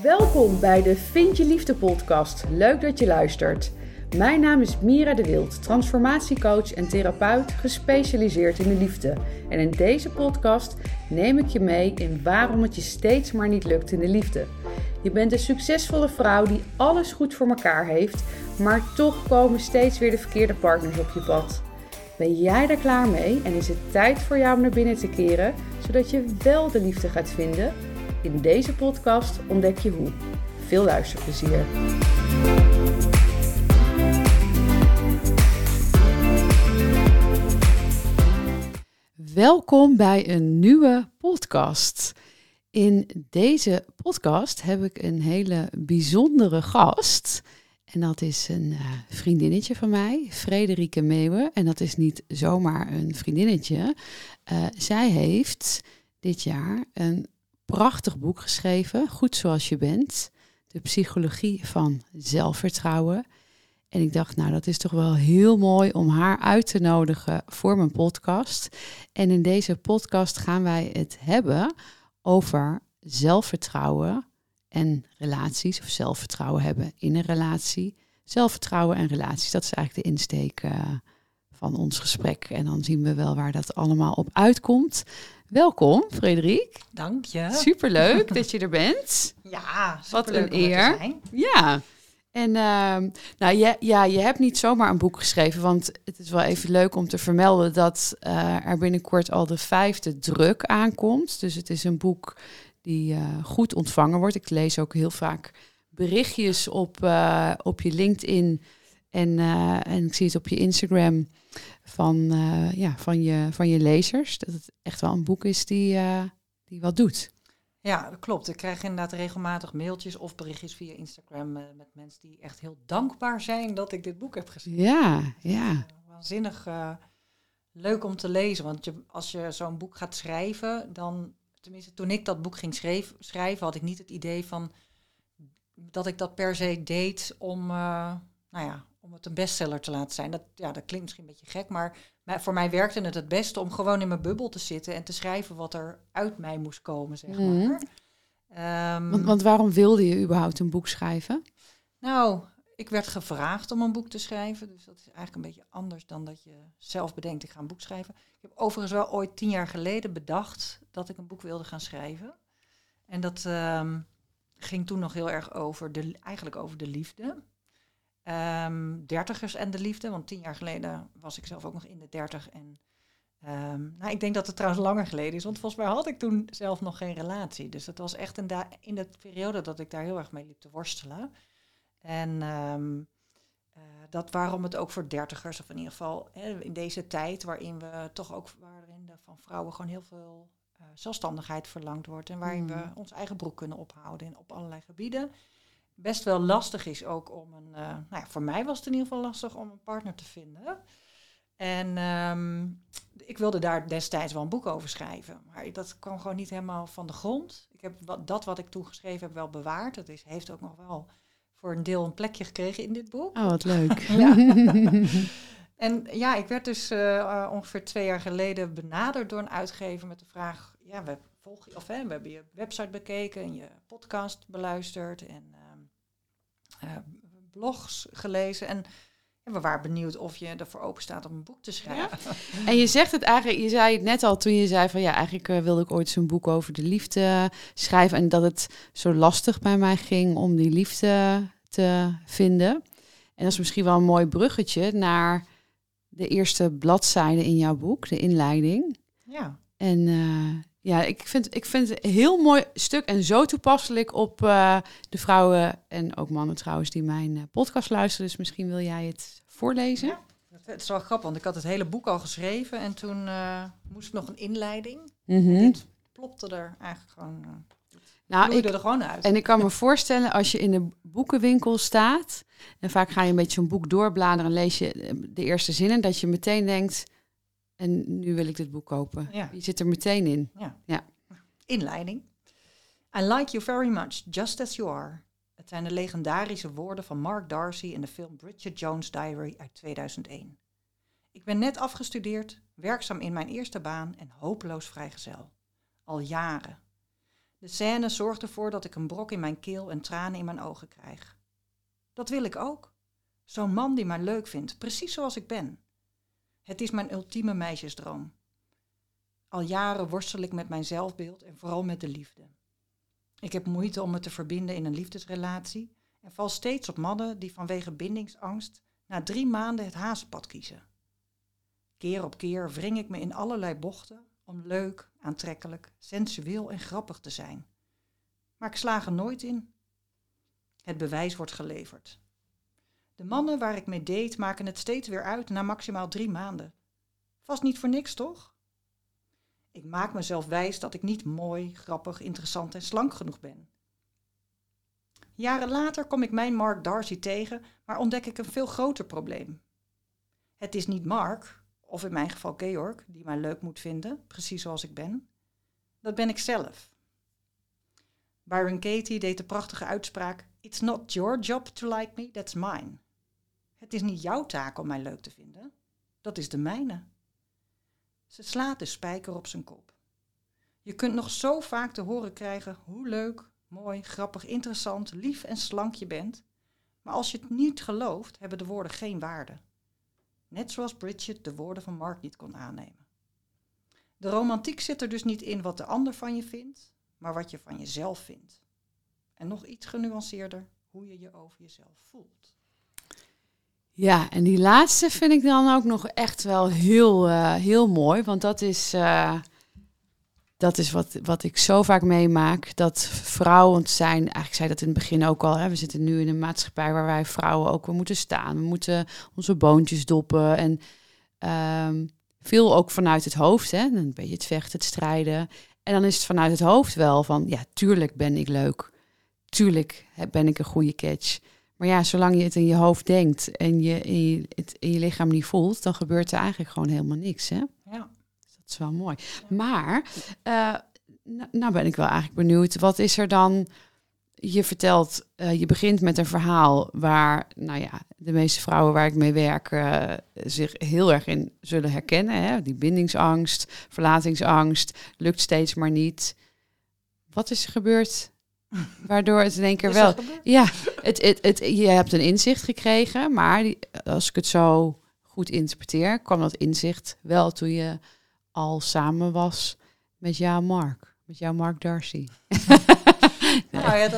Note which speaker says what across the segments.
Speaker 1: Welkom bij de Vind je Liefde podcast. Leuk dat je luistert. Mijn naam is Mira de Wild, transformatiecoach en therapeut gespecialiseerd in de liefde. En in deze podcast neem ik je mee in waarom het je steeds maar niet lukt in de liefde. Je bent een succesvolle vrouw die alles goed voor elkaar heeft, maar toch komen steeds weer de verkeerde partners op je pad. Ben jij daar klaar mee en is het tijd voor jou om naar binnen te keren, zodat je wel de liefde gaat vinden? In deze podcast ontdek je hoe. Veel luisterplezier. Welkom bij een nieuwe podcast. In deze podcast heb ik een hele bijzondere gast. En dat is een vriendinnetje van mij, Frederike Meeuwen. En dat is niet zomaar een vriendinnetje. Zij heeft dit jaar een prachtig boek geschreven, Goed Zoals Je Bent. De psychologie van zelfvertrouwen. En ik dacht, nou, dat is toch wel heel mooi om haar uit te nodigen voor mijn podcast. En in deze podcast gaan wij het hebben over zelfvertrouwen en relaties. Of zelfvertrouwen hebben in een relatie. Zelfvertrouwen en relaties, dat is eigenlijk de insteek van ons gesprek. En dan zien we wel waar dat allemaal op uitkomt. Welkom, Frederike.
Speaker 2: Dank je.
Speaker 1: Superleuk dat je er bent.
Speaker 2: Ja,
Speaker 1: wat een
Speaker 2: eer.
Speaker 1: eer. Ja. En je hebt niet zomaar een boek geschreven, want het is wel even leuk om te vermelden dat er binnenkort al de 5e druk aankomt. Dus het is een boek die goed ontvangen wordt. Ik lees ook heel vaak berichtjes op je LinkedIn en ik zie het op je Instagram van je lezers. Dat het echt wel een boek is die wat doet.
Speaker 2: Ja, dat klopt. Ik krijg inderdaad regelmatig mailtjes of berichtjes via Instagram met mensen die echt heel dankbaar zijn dat ik dit boek heb geschreven.
Speaker 1: Ja.
Speaker 2: Waanzinnig leuk om te lezen, want als je zo'n boek gaat schrijven, dan, tenminste toen ik dat boek ging schrijven, had ik niet het idee van dat ik dat per se deed om het een bestseller te laten zijn. Dat klinkt misschien een beetje gek, maar voor mij werkte het beste om gewoon in mijn bubbel te zitten en te schrijven wat er uit mij moest komen, zeg maar.
Speaker 1: Want waarom wilde je überhaupt een boek schrijven?
Speaker 2: Nou, ik werd gevraagd om een boek te schrijven, dus dat is eigenlijk een beetje anders dan dat je zelf bedenkt, ik ga een boek schrijven. Ik heb overigens wel ooit 10 jaar geleden bedacht dat ik een boek wilde gaan schrijven. En dat ging toen nog heel erg over de liefde. Dertigers en de liefde, want 10 jaar geleden was ik zelf ook nog in de 30. En ik denk dat het trouwens langer geleden is, want volgens mij had ik toen zelf nog geen relatie. Dus het was echt in de periode dat ik daar heel erg mee liep te worstelen. En dat waarom het ook voor dertigers, of in ieder geval in deze tijd waarin we toch ook van vrouwen gewoon heel veel zelfstandigheid verlangd wordt. En waarin we ons eigen broek kunnen ophouden op allerlei gebieden. Best wel lastig is ook om voor mij was het in ieder geval lastig om een partner te vinden. En ik wilde daar destijds wel een boek over schrijven. Maar dat kwam gewoon niet helemaal van de grond. Ik heb wat ik toen geschreven heb wel bewaard. Dat heeft ook nog wel voor een deel een plekje gekregen in dit boek.
Speaker 1: Oh, wat leuk.
Speaker 2: En ik werd dus ongeveer 2 jaar geleden benaderd door een uitgever met de vraag, we hebben je website bekeken en je podcast beluisterd en blogs gelezen. En we waren benieuwd of je ervoor open staat om een boek te schrijven. Ja.
Speaker 1: En je zegt het eigenlijk, je zei het net al toen je zei van eigenlijk wilde ik ooit zo'n boek over de liefde schrijven. En dat het zo lastig bij mij ging om die liefde te vinden. En dat is misschien wel een mooi bruggetje naar de eerste bladzijde in jouw boek, de inleiding.
Speaker 2: Ja.
Speaker 1: En ik vind het een heel mooi stuk en zo toepasselijk op de vrouwen en ook mannen trouwens die mijn podcast luisteren. Dus misschien wil jij het voorlezen?
Speaker 2: Ja, het is wel grappig, want ik had het hele boek al geschreven en toen moest nog een inleiding.
Speaker 1: Mm-hmm.
Speaker 2: Dit plopte er eigenlijk gewoon... er gewoon uit.
Speaker 1: En ik kan me voorstellen als je in de boekenwinkel staat en vaak ga je een beetje zo'n boek doorbladeren en lees je de eerste zinnen, dat je meteen denkt, en nu wil ik dit boek kopen. Ja. Je zit er meteen in.
Speaker 2: Ja. Inleiding. I like you very much, just as you are. Het zijn de legendarische woorden van Mark Darcy in de film Bridget Jones' Diary uit 2001. Ik ben net afgestudeerd, werkzaam in mijn eerste baan en hopeloos vrijgezel. Al jaren. De scène zorgt ervoor dat ik een brok in mijn keel en tranen in mijn ogen krijg. Dat wil ik ook. Zo'n man die mij leuk vindt, precies zoals ik ben. Het is mijn ultieme meisjesdroom. Al jaren worstel ik met mijn zelfbeeld en vooral met de liefde. Ik heb moeite om me te verbinden in een liefdesrelatie en val steeds op mannen die vanwege bindingsangst na 3 maanden het hazenpad kiezen. Keer op keer wring ik me in allerlei bochten om leuk, aantrekkelijk, sensueel en grappig te zijn. Maar ik slaag er nooit in. Het bewijs wordt geleverd. De mannen waar ik mee date maken het steeds weer uit na maximaal 3 maanden. Vast niet voor niks, toch? Ik maak mezelf wijs dat ik niet mooi, grappig, interessant en slank genoeg ben. Jaren later kom ik mijn Mark Darcy tegen, maar ontdek ik een veel groter probleem. Het is niet Mark, of in mijn geval Georg, die mij leuk moet vinden, precies zoals ik ben. Dat ben ik zelf. Byron Katie deed de prachtige uitspraak: "It's not your job to like me, that's mine." Het is niet jouw taak om mij leuk te vinden, dat is de mijne. Ze slaat de spijker op zijn kop. Je kunt nog zo vaak te horen krijgen hoe leuk, mooi, grappig, interessant, lief en slank je bent. Maar als je het niet gelooft, hebben de woorden geen waarde. Net zoals Bridget de woorden van Mark niet kon aannemen. De romantiek zit er dus niet in wat de ander van je vindt, maar wat je van jezelf vindt. En nog iets genuanceerder, hoe je je over jezelf voelt.
Speaker 1: Ja, en die laatste vind ik dan ook nog echt wel heel mooi. Want dat is wat ik zo vaak meemaak. Dat vrouwen zijn, eigenlijk zei dat in het begin ook al. Hè, we zitten nu in een maatschappij waar wij vrouwen ook, we moeten staan. We moeten onze boontjes doppen. En veel ook vanuit het hoofd. Hè, een beetje het vechten, het strijden. En dan is het vanuit het hoofd wel van, ja, tuurlijk ben ik leuk. Tuurlijk ben ik een goede catch. Maar ja, zolang je het in je hoofd denkt en je het in je lichaam niet voelt, dan gebeurt er eigenlijk gewoon helemaal niks, hè?
Speaker 2: Ja.
Speaker 1: Dat is wel mooi. Ja. Maar, nou ben ik wel eigenlijk benieuwd, wat is er dan? Je vertelt, je begint met een verhaal waar, nou ja, de meeste vrouwen waar ik mee werk zich heel erg in zullen herkennen. Hè? Die bindingsangst, verlatingsangst, lukt steeds maar niet. Wat is er gebeurd? Waardoor het in één keer wel... Ja, je hebt een inzicht gekregen, maar als ik het zo goed interpreteer, kwam dat inzicht wel toen je al samen was met jouw Mark Darcy.
Speaker 2: Nee. Nou ja,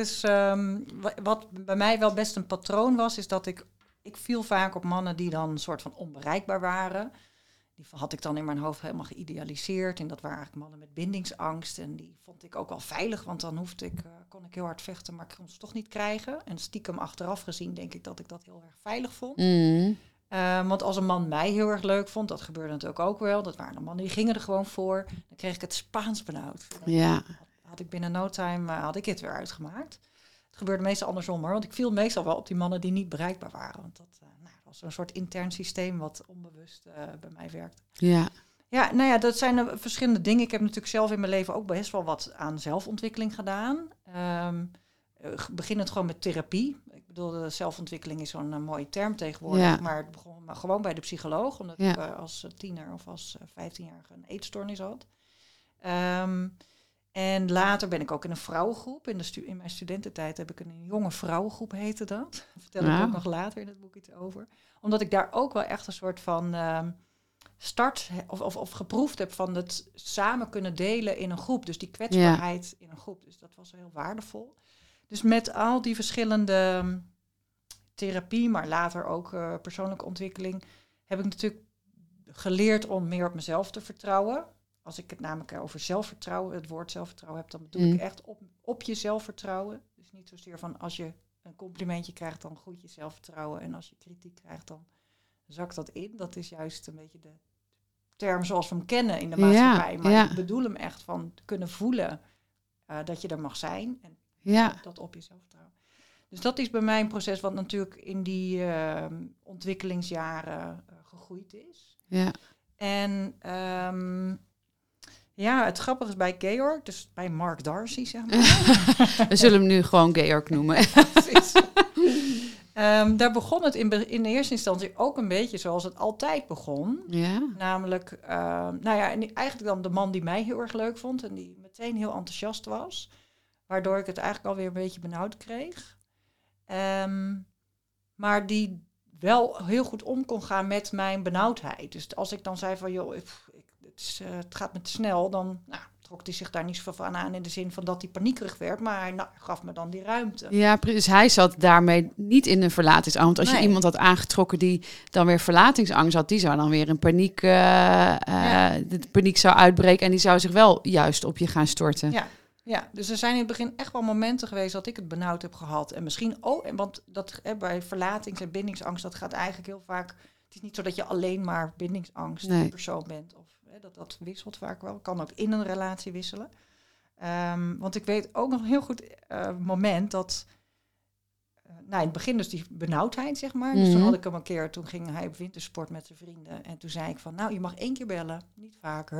Speaker 2: wat bij mij wel best een patroon was, is dat ik viel vaak op mannen die dan een soort van onbereikbaar waren. Die had ik dan in mijn hoofd helemaal geïdealiseerd. En dat waren eigenlijk mannen met bindingsangst. En die vond ik ook wel veilig, want dan kon ik heel hard vechten, maar ik kon ze toch niet krijgen. En stiekem achteraf gezien denk ik dat heel erg veilig vond. Mm. Want als een man mij heel erg leuk vond, dat gebeurde natuurlijk ook wel. Dat waren de mannen, die gingen er gewoon voor. Dan kreeg ik het Spaans benauwd.
Speaker 1: Ja.
Speaker 2: Had ik binnen no time had ik het weer uitgemaakt. Het gebeurde meestal andersom hoor. Want ik viel meestal wel op die mannen die niet bereikbaar waren. Want dat was een soort intern systeem wat onbewust bij mij werkt.
Speaker 1: Ja.
Speaker 2: Ja, nou ja, dat zijn verschillende dingen. Ik heb natuurlijk zelf in mijn leven ook best wel wat aan zelfontwikkeling gedaan. Beginnend gewoon met therapie. Ik bedoel, de zelfontwikkeling is zo'n mooie term tegenwoordig. Ja. Maar het begon gewoon bij de psycholoog. Omdat ik als tiener of als 15-jarige een eetstoornis had. En later ben ik ook in een vrouwengroep. In mijn studententijd heb ik een jonge vrouwengroep, heette dat. Daar vertel ik ook nog later in het boek iets over. Omdat ik daar ook wel echt een soort van start of geproefd heb van het samen kunnen delen in een groep. Dus die kwetsbaarheid in een groep. Dus dat was heel waardevol. Dus met al die verschillende therapie, maar later ook persoonlijke ontwikkeling, heb ik natuurlijk geleerd om meer op mezelf te vertrouwen. Als ik het namelijk over zelfvertrouwen, het woord zelfvertrouwen heb, dan bedoel ik echt op je zelfvertrouwen. Dus niet zozeer van als je een complimentje krijgt, dan groeit je zelfvertrouwen. En als je kritiek krijgt, dan zakt dat in. Dat is juist een beetje de term zoals we hem kennen in de maatschappij. Ja, maar ik bedoel hem echt van kunnen voelen dat je er mag zijn. En dat op je zelfvertrouwen. Dus dat is bij mij een proces wat natuurlijk in die ontwikkelingsjaren gegroeid is.
Speaker 1: Ja.
Speaker 2: En het grappige is bij Georg, dus bij Mark Darcy, zeg maar.
Speaker 1: We zullen hem nu gewoon Georg noemen.
Speaker 2: Precies. Daar begon het in de eerste instantie ook een beetje zoals het altijd begon.
Speaker 1: Ja.
Speaker 2: Namelijk, en eigenlijk dan de man die mij heel erg leuk vond en die met meteen heel enthousiast was. Waardoor ik het eigenlijk alweer een beetje benauwd kreeg. Maar die wel heel goed om kon gaan met mijn benauwdheid. Dus als ik dan zei van, joh, het gaat me te snel, dan trok hij zich daar niet zoveel van aan in de zin van dat hij paniekerig werd, maar hij gaf me dan die ruimte.
Speaker 1: Ja, precies. Hij zat daarmee niet in een verlatingsangst. Want als je iemand had aangetrokken die dan weer verlatingsangst had, die zou dan weer in paniek, de paniek zou uitbreken en die zou zich wel juist op je gaan storten.
Speaker 2: Ja, dus er zijn in het begin echt wel momenten geweest dat ik het benauwd heb gehad. En misschien ook, want dat bij verlatings- en bindingsangst, dat gaat eigenlijk heel vaak. Het is niet zo dat je alleen maar bindingsangst persoon bent. Of dat wisselt vaak wel. Kan ook in een relatie wisselen. Want ik weet ook nog een heel goed moment dat. In het begin dus die benauwdheid, zeg maar. Dus toen had ik hem een keer, toen ging hij op wintersport met zijn vrienden. En toen zei ik van, je mag 1 keer bellen, niet vaker.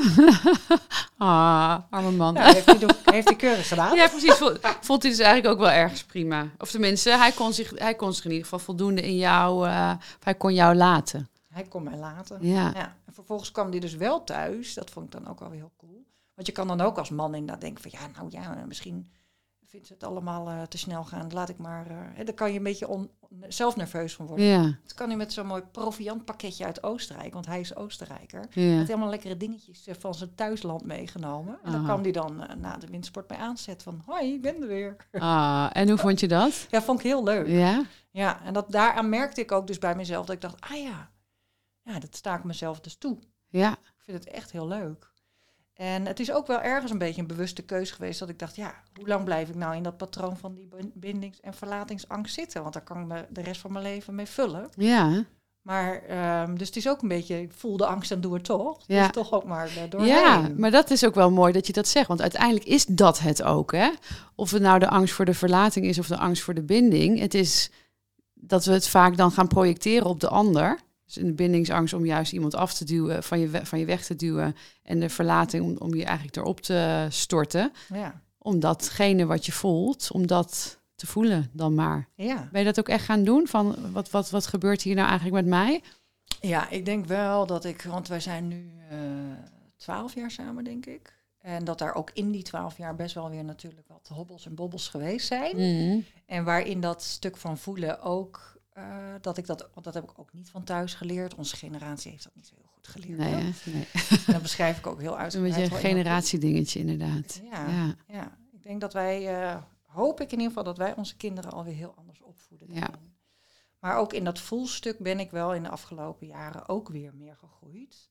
Speaker 1: Arme man.
Speaker 2: Nou, heeft hij keurig gedaan.
Speaker 1: Ja, precies. Vond hij dus eigenlijk ook wel ergens prima. Of tenminste, hij kon zich in ieder geval voldoende in jou, hij kon jou laten.
Speaker 2: Hij kon mij laten.
Speaker 1: Ja.
Speaker 2: En vervolgens kwam hij dus wel thuis. Dat vond ik dan ook wel weer heel cool. Want je kan dan ook als man inderdaad denken van, misschien vindt ze het allemaal te snel gaan. Laat ik maar. Daar kan je een beetje zelf nerveus van worden.
Speaker 1: Ja.
Speaker 2: Het kan hij met zo'n mooi proviantpakketje uit Oostenrijk, want hij is Oostenrijker.
Speaker 1: Ja.
Speaker 2: Had helemaal lekkere dingetjes van zijn thuisland meegenomen. En dan kwam hij dan na de wintersport bij aanzet van, hoi, ik ben er weer.
Speaker 1: En hoe vond je dat?
Speaker 2: Ja, vond ik heel leuk.
Speaker 1: Ja?
Speaker 2: Ja, en daaraan merkte ik ook dus bij mezelf dat ik dacht, dat sta ik mezelf dus toe.
Speaker 1: Ja.
Speaker 2: Ik vind het echt heel leuk. En het is ook wel ergens een beetje een bewuste keuze geweest dat ik dacht, hoe lang blijf ik nou in dat patroon van die bindings- en verlatingsangst zitten? Want daar kan ik me de rest van mijn leven mee vullen.
Speaker 1: Ja.
Speaker 2: Maar, dus het is ook een beetje, ik voel de angst en doe het toch.
Speaker 1: Ja.
Speaker 2: Dus toch ook maar doorheen.
Speaker 1: Ja, maar dat is ook wel mooi dat je dat zegt. Want uiteindelijk is dat het ook, hè? Of het nou de angst voor de verlating is of de angst voor de binding. Het is dat we het vaak dan gaan projecteren op de ander. Dus in de bindingsangst om juist iemand af te duwen, van je weg te duwen. En de verlating om je eigenlijk erop te storten.
Speaker 2: Ja.
Speaker 1: Om datgene wat je voelt, om dat te voelen dan maar.
Speaker 2: Ja.
Speaker 1: Ben je dat ook echt gaan doen? Van wat gebeurt hier nou eigenlijk met mij?
Speaker 2: Ja, ik denk wel dat want wij zijn nu 12 jaar samen, denk ik. En dat daar ook in die 12 jaar best wel weer natuurlijk wat hobbels en bobbels geweest zijn. En waarin dat stuk van voelen ook, want dat heb ik ook niet van thuis geleerd. Onze generatie heeft dat niet zo heel goed geleerd.
Speaker 1: Nee.
Speaker 2: En dat beschrijf ik ook heel uitgebreid.
Speaker 1: Een beetje een generatiedingetje inderdaad.
Speaker 2: Ja. Ik denk dat wij, hoop ik in ieder geval, dat wij onze kinderen alweer heel anders opvoeden.
Speaker 1: Ja.
Speaker 2: Maar ook in dat voelstuk ben ik wel in de afgelopen jaren ook weer meer gegroeid.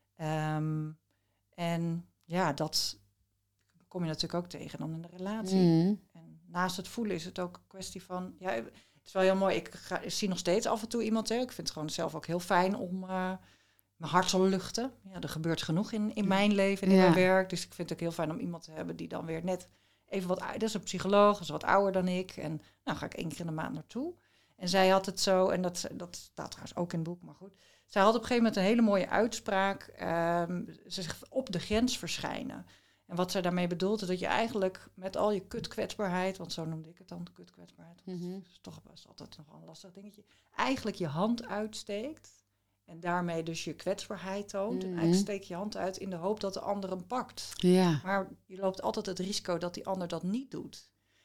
Speaker 2: En dat kom je natuurlijk ook tegen dan in de relatie. En naast het voelen is het ook een kwestie van, het is wel heel mooi. Ik zie nog steeds af en toe iemand. Ik vind het gewoon zelf ook heel fijn om mijn hart te luchten. Ja, er gebeurt genoeg in mijn leven en in mijn werk. Dus ik vind het ook heel fijn om iemand te hebben die dan weer net even wat. Dat is een psycholoog, dat is wat ouder dan ik. En nou ga ik 1 keer in de maand naartoe. En zij had het zo, en dat staat trouwens ook in het boek, maar goed. Zij had op een gegeven moment een hele mooie uitspraak. Ze zegt op de grens verschijnen. En wat zij daarmee bedoelt is dat je eigenlijk met al je kutkwetsbaarheid, want zo noemde ik het dan, kutkwetsbaarheid, dat is toch best altijd nog een lastig dingetje, eigenlijk je hand uitsteekt en daarmee dus je kwetsbaarheid toont. En eigenlijk steek je hand uit in de hoop dat de ander hem pakt.
Speaker 1: Ja.
Speaker 2: Maar je loopt altijd het risico dat die ander dat niet doet.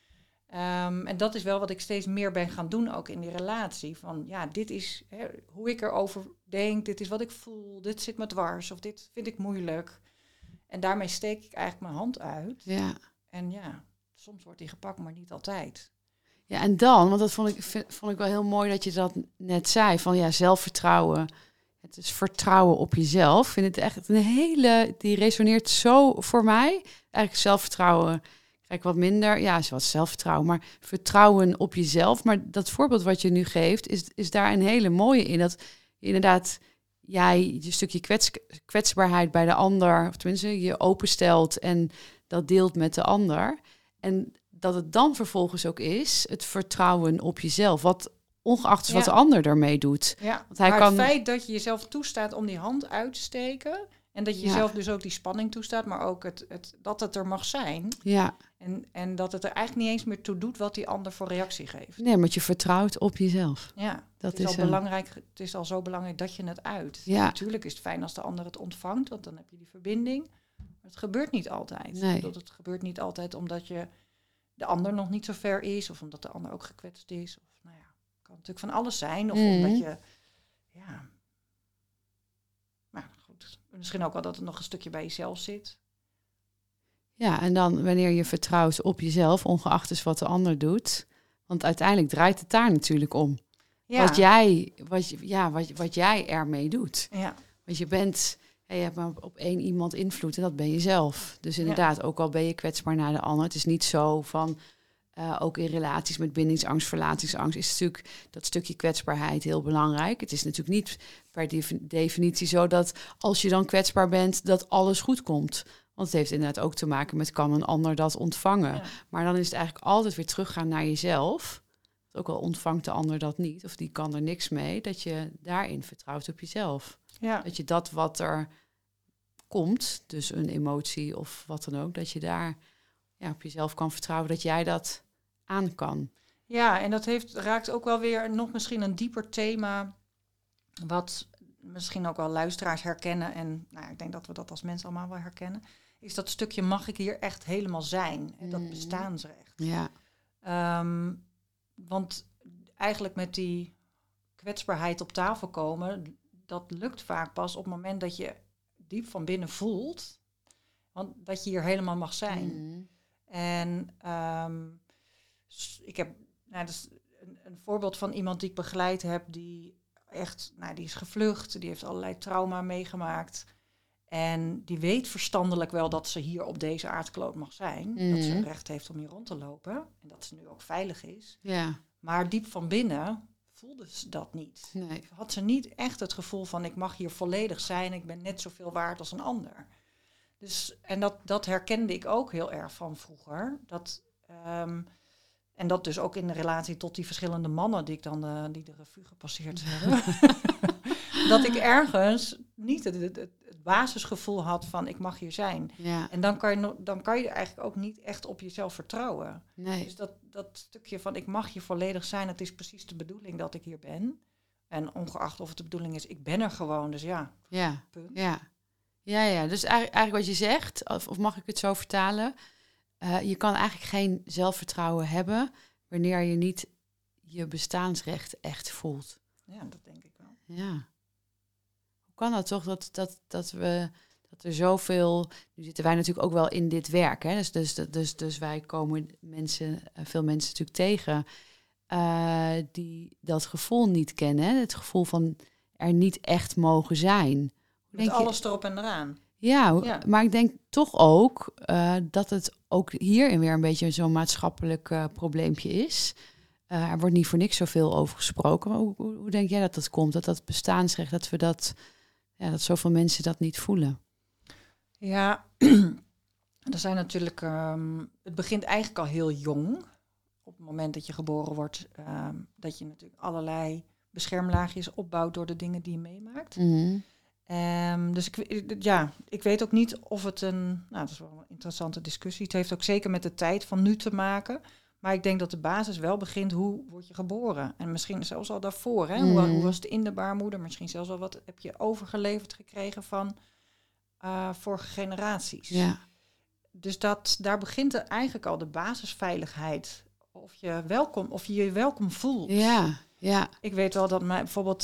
Speaker 2: En dat is wel wat ik steeds meer ben gaan doen ook in die relatie. Van dit is hoe ik erover denk, dit is wat ik voel, dit zit me dwars of dit vind ik moeilijk. En daarmee steek ik eigenlijk mijn hand uit.
Speaker 1: Ja.
Speaker 2: En soms wordt die gepakt, maar niet altijd.
Speaker 1: Ja, en dan, want dat vond ik wel heel mooi dat je dat net zei, van zelfvertrouwen. Het is vertrouwen op jezelf. Ik vind het echt die resoneert zo voor mij. Eigenlijk zelfvertrouwen krijg ik wat minder. Ja, is wat zelfvertrouwen, maar vertrouwen op jezelf. Maar dat voorbeeld wat je nu geeft, is daar een hele mooie in. Dat inderdaad jij je stukje kwetsbaarheid bij de ander, of tenminste je openstelt en dat deelt met de ander. En dat het dan vervolgens ook is het vertrouwen op jezelf. Wat ongeacht wat de ander ermee doet.
Speaker 2: Ja,
Speaker 1: want hij
Speaker 2: maar
Speaker 1: kan
Speaker 2: het feit dat je jezelf toestaat om die hand uit te steken en dat je jezelf dus ook die spanning toestaat, maar ook dat het er mag zijn.
Speaker 1: Ja.
Speaker 2: En dat het er eigenlijk niet eens meer toe doet wat die ander voor reactie geeft.
Speaker 1: Nee, want je vertrouwt op jezelf.
Speaker 2: Ja,
Speaker 1: dat
Speaker 2: is al belangrijk. Het is al zo belangrijk dat je het uit.
Speaker 1: Ja.
Speaker 2: Natuurlijk is het fijn als de ander het ontvangt, want dan heb je die verbinding. Het gebeurt niet altijd.
Speaker 1: Nee.
Speaker 2: Het gebeurt niet altijd omdat de ander nog niet zo ver is, of omdat de ander ook gekwetst is. Of nou ja, het kan natuurlijk van alles zijn. Of omdat je, ja. Maar goed, misschien ook wel dat het nog een stukje bij jezelf zit.
Speaker 1: Ja, en dan wanneer je vertrouwt op jezelf, ongeacht dus wat de ander doet. Want uiteindelijk draait het daar natuurlijk om.
Speaker 2: Ja.
Speaker 1: Wat jij ermee doet.
Speaker 2: Ja.
Speaker 1: Want je hebt maar op één iemand invloed en dat ben je zelf. Dus inderdaad, ook al ben je kwetsbaar naar de ander. Het is niet zo van, ook in relaties met bindingsangst, verlatingsangst, is natuurlijk dat stukje kwetsbaarheid heel belangrijk. Het is natuurlijk niet per definitie zo dat als je dan kwetsbaar bent, dat alles goed komt. Want het heeft inderdaad ook te maken met, kan een ander dat ontvangen?
Speaker 2: Ja.
Speaker 1: Maar dan is het eigenlijk altijd weer teruggaan naar jezelf. Ook al ontvangt de ander dat niet, of die kan er niks mee, dat je daarin vertrouwt op jezelf.
Speaker 2: Ja.
Speaker 1: Dat je dat wat er komt, dus een emotie of wat dan ook, dat je daar op jezelf kan vertrouwen dat jij dat aan kan.
Speaker 2: Ja, en dat raakt ook wel weer nog misschien een dieper thema, wat misschien ook wel luisteraars herkennen. En nou, ik denk dat we dat als mensen allemaal wel herkennen. Is dat stukje, mag ik hier echt helemaal zijn? Dat bestaansrecht.
Speaker 1: Ja.
Speaker 2: Want eigenlijk met die kwetsbaarheid op tafel komen, dat lukt vaak pas op het moment dat je diep van binnen voelt, want dat je hier helemaal mag zijn. En ik heb dus een voorbeeld van iemand die ik begeleid heb, die echt, die is gevlucht, die heeft allerlei trauma meegemaakt. En die weet verstandelijk wel dat ze hier op deze aardkloot mag zijn. Dat ze recht heeft om hier rond te lopen. En dat ze nu ook veilig is.
Speaker 1: Ja.
Speaker 2: Maar diep van binnen voelde ze dat niet.
Speaker 1: Nee.
Speaker 2: Had ze niet echt het gevoel van, ik mag hier volledig zijn. Ik ben net zoveel waard als een ander. Dus, en dat herkende ik ook heel erg van vroeger. En dat dus ook in de relatie tot die verschillende mannen die ik dan die de revue gepasseerd hebben. Dat ik ergens niet het basisgevoel had van, ik mag hier zijn.
Speaker 1: Ja.
Speaker 2: En dan kan je eigenlijk ook niet echt op jezelf vertrouwen.
Speaker 1: Nee.
Speaker 2: Dus dat stukje van, ik mag hier volledig zijn, het is precies de bedoeling dat ik hier ben. En ongeacht of het de bedoeling is, ik ben er gewoon, dus ja.
Speaker 1: Ja.
Speaker 2: Punt.
Speaker 1: Ja. Dus eigenlijk wat je zegt, of mag ik het zo vertalen? Je kan eigenlijk geen zelfvertrouwen hebben wanneer je niet je bestaansrecht echt voelt.
Speaker 2: Ja, dat denk ik wel.
Speaker 1: Ja. Hoe kan dat toch dat er zoveel... Nu zitten wij natuurlijk ook wel in dit werk, hè? Dus wij komen veel mensen natuurlijk tegen die dat gevoel niet kennen. Hè? Het gevoel van er niet echt mogen zijn.
Speaker 2: Met alles erop en eraan.
Speaker 1: Ja, maar ik denk toch ook dat het ook hierin weer een beetje zo'n maatschappelijk probleempje is. Er wordt niet voor niks zoveel over gesproken. Maar hoe denk jij dat komt? Dat bestaansrecht, dat zoveel mensen dat niet voelen?
Speaker 2: Ja, er zijn natuurlijk... het begint eigenlijk al heel jong. Op het moment dat je geboren wordt, dat je natuurlijk allerlei beschermlaagjes opbouwt door de dingen die je meemaakt. Dus ik weet ook niet of het dat is wel een interessante discussie. Het heeft ook zeker met de tijd van nu te maken. Maar ik denk dat de basis wel begint, hoe word je geboren? En misschien zelfs al daarvoor. Hè? Hoe was het in de baarmoeder? Misschien zelfs al wat heb je overgeleverd gekregen van vorige generaties.
Speaker 1: Ja.
Speaker 2: Dus daar begint eigenlijk al de basisveiligheid. Of je je welkom voelt.
Speaker 1: Ja.
Speaker 2: Ik weet wel dat bijvoorbeeld...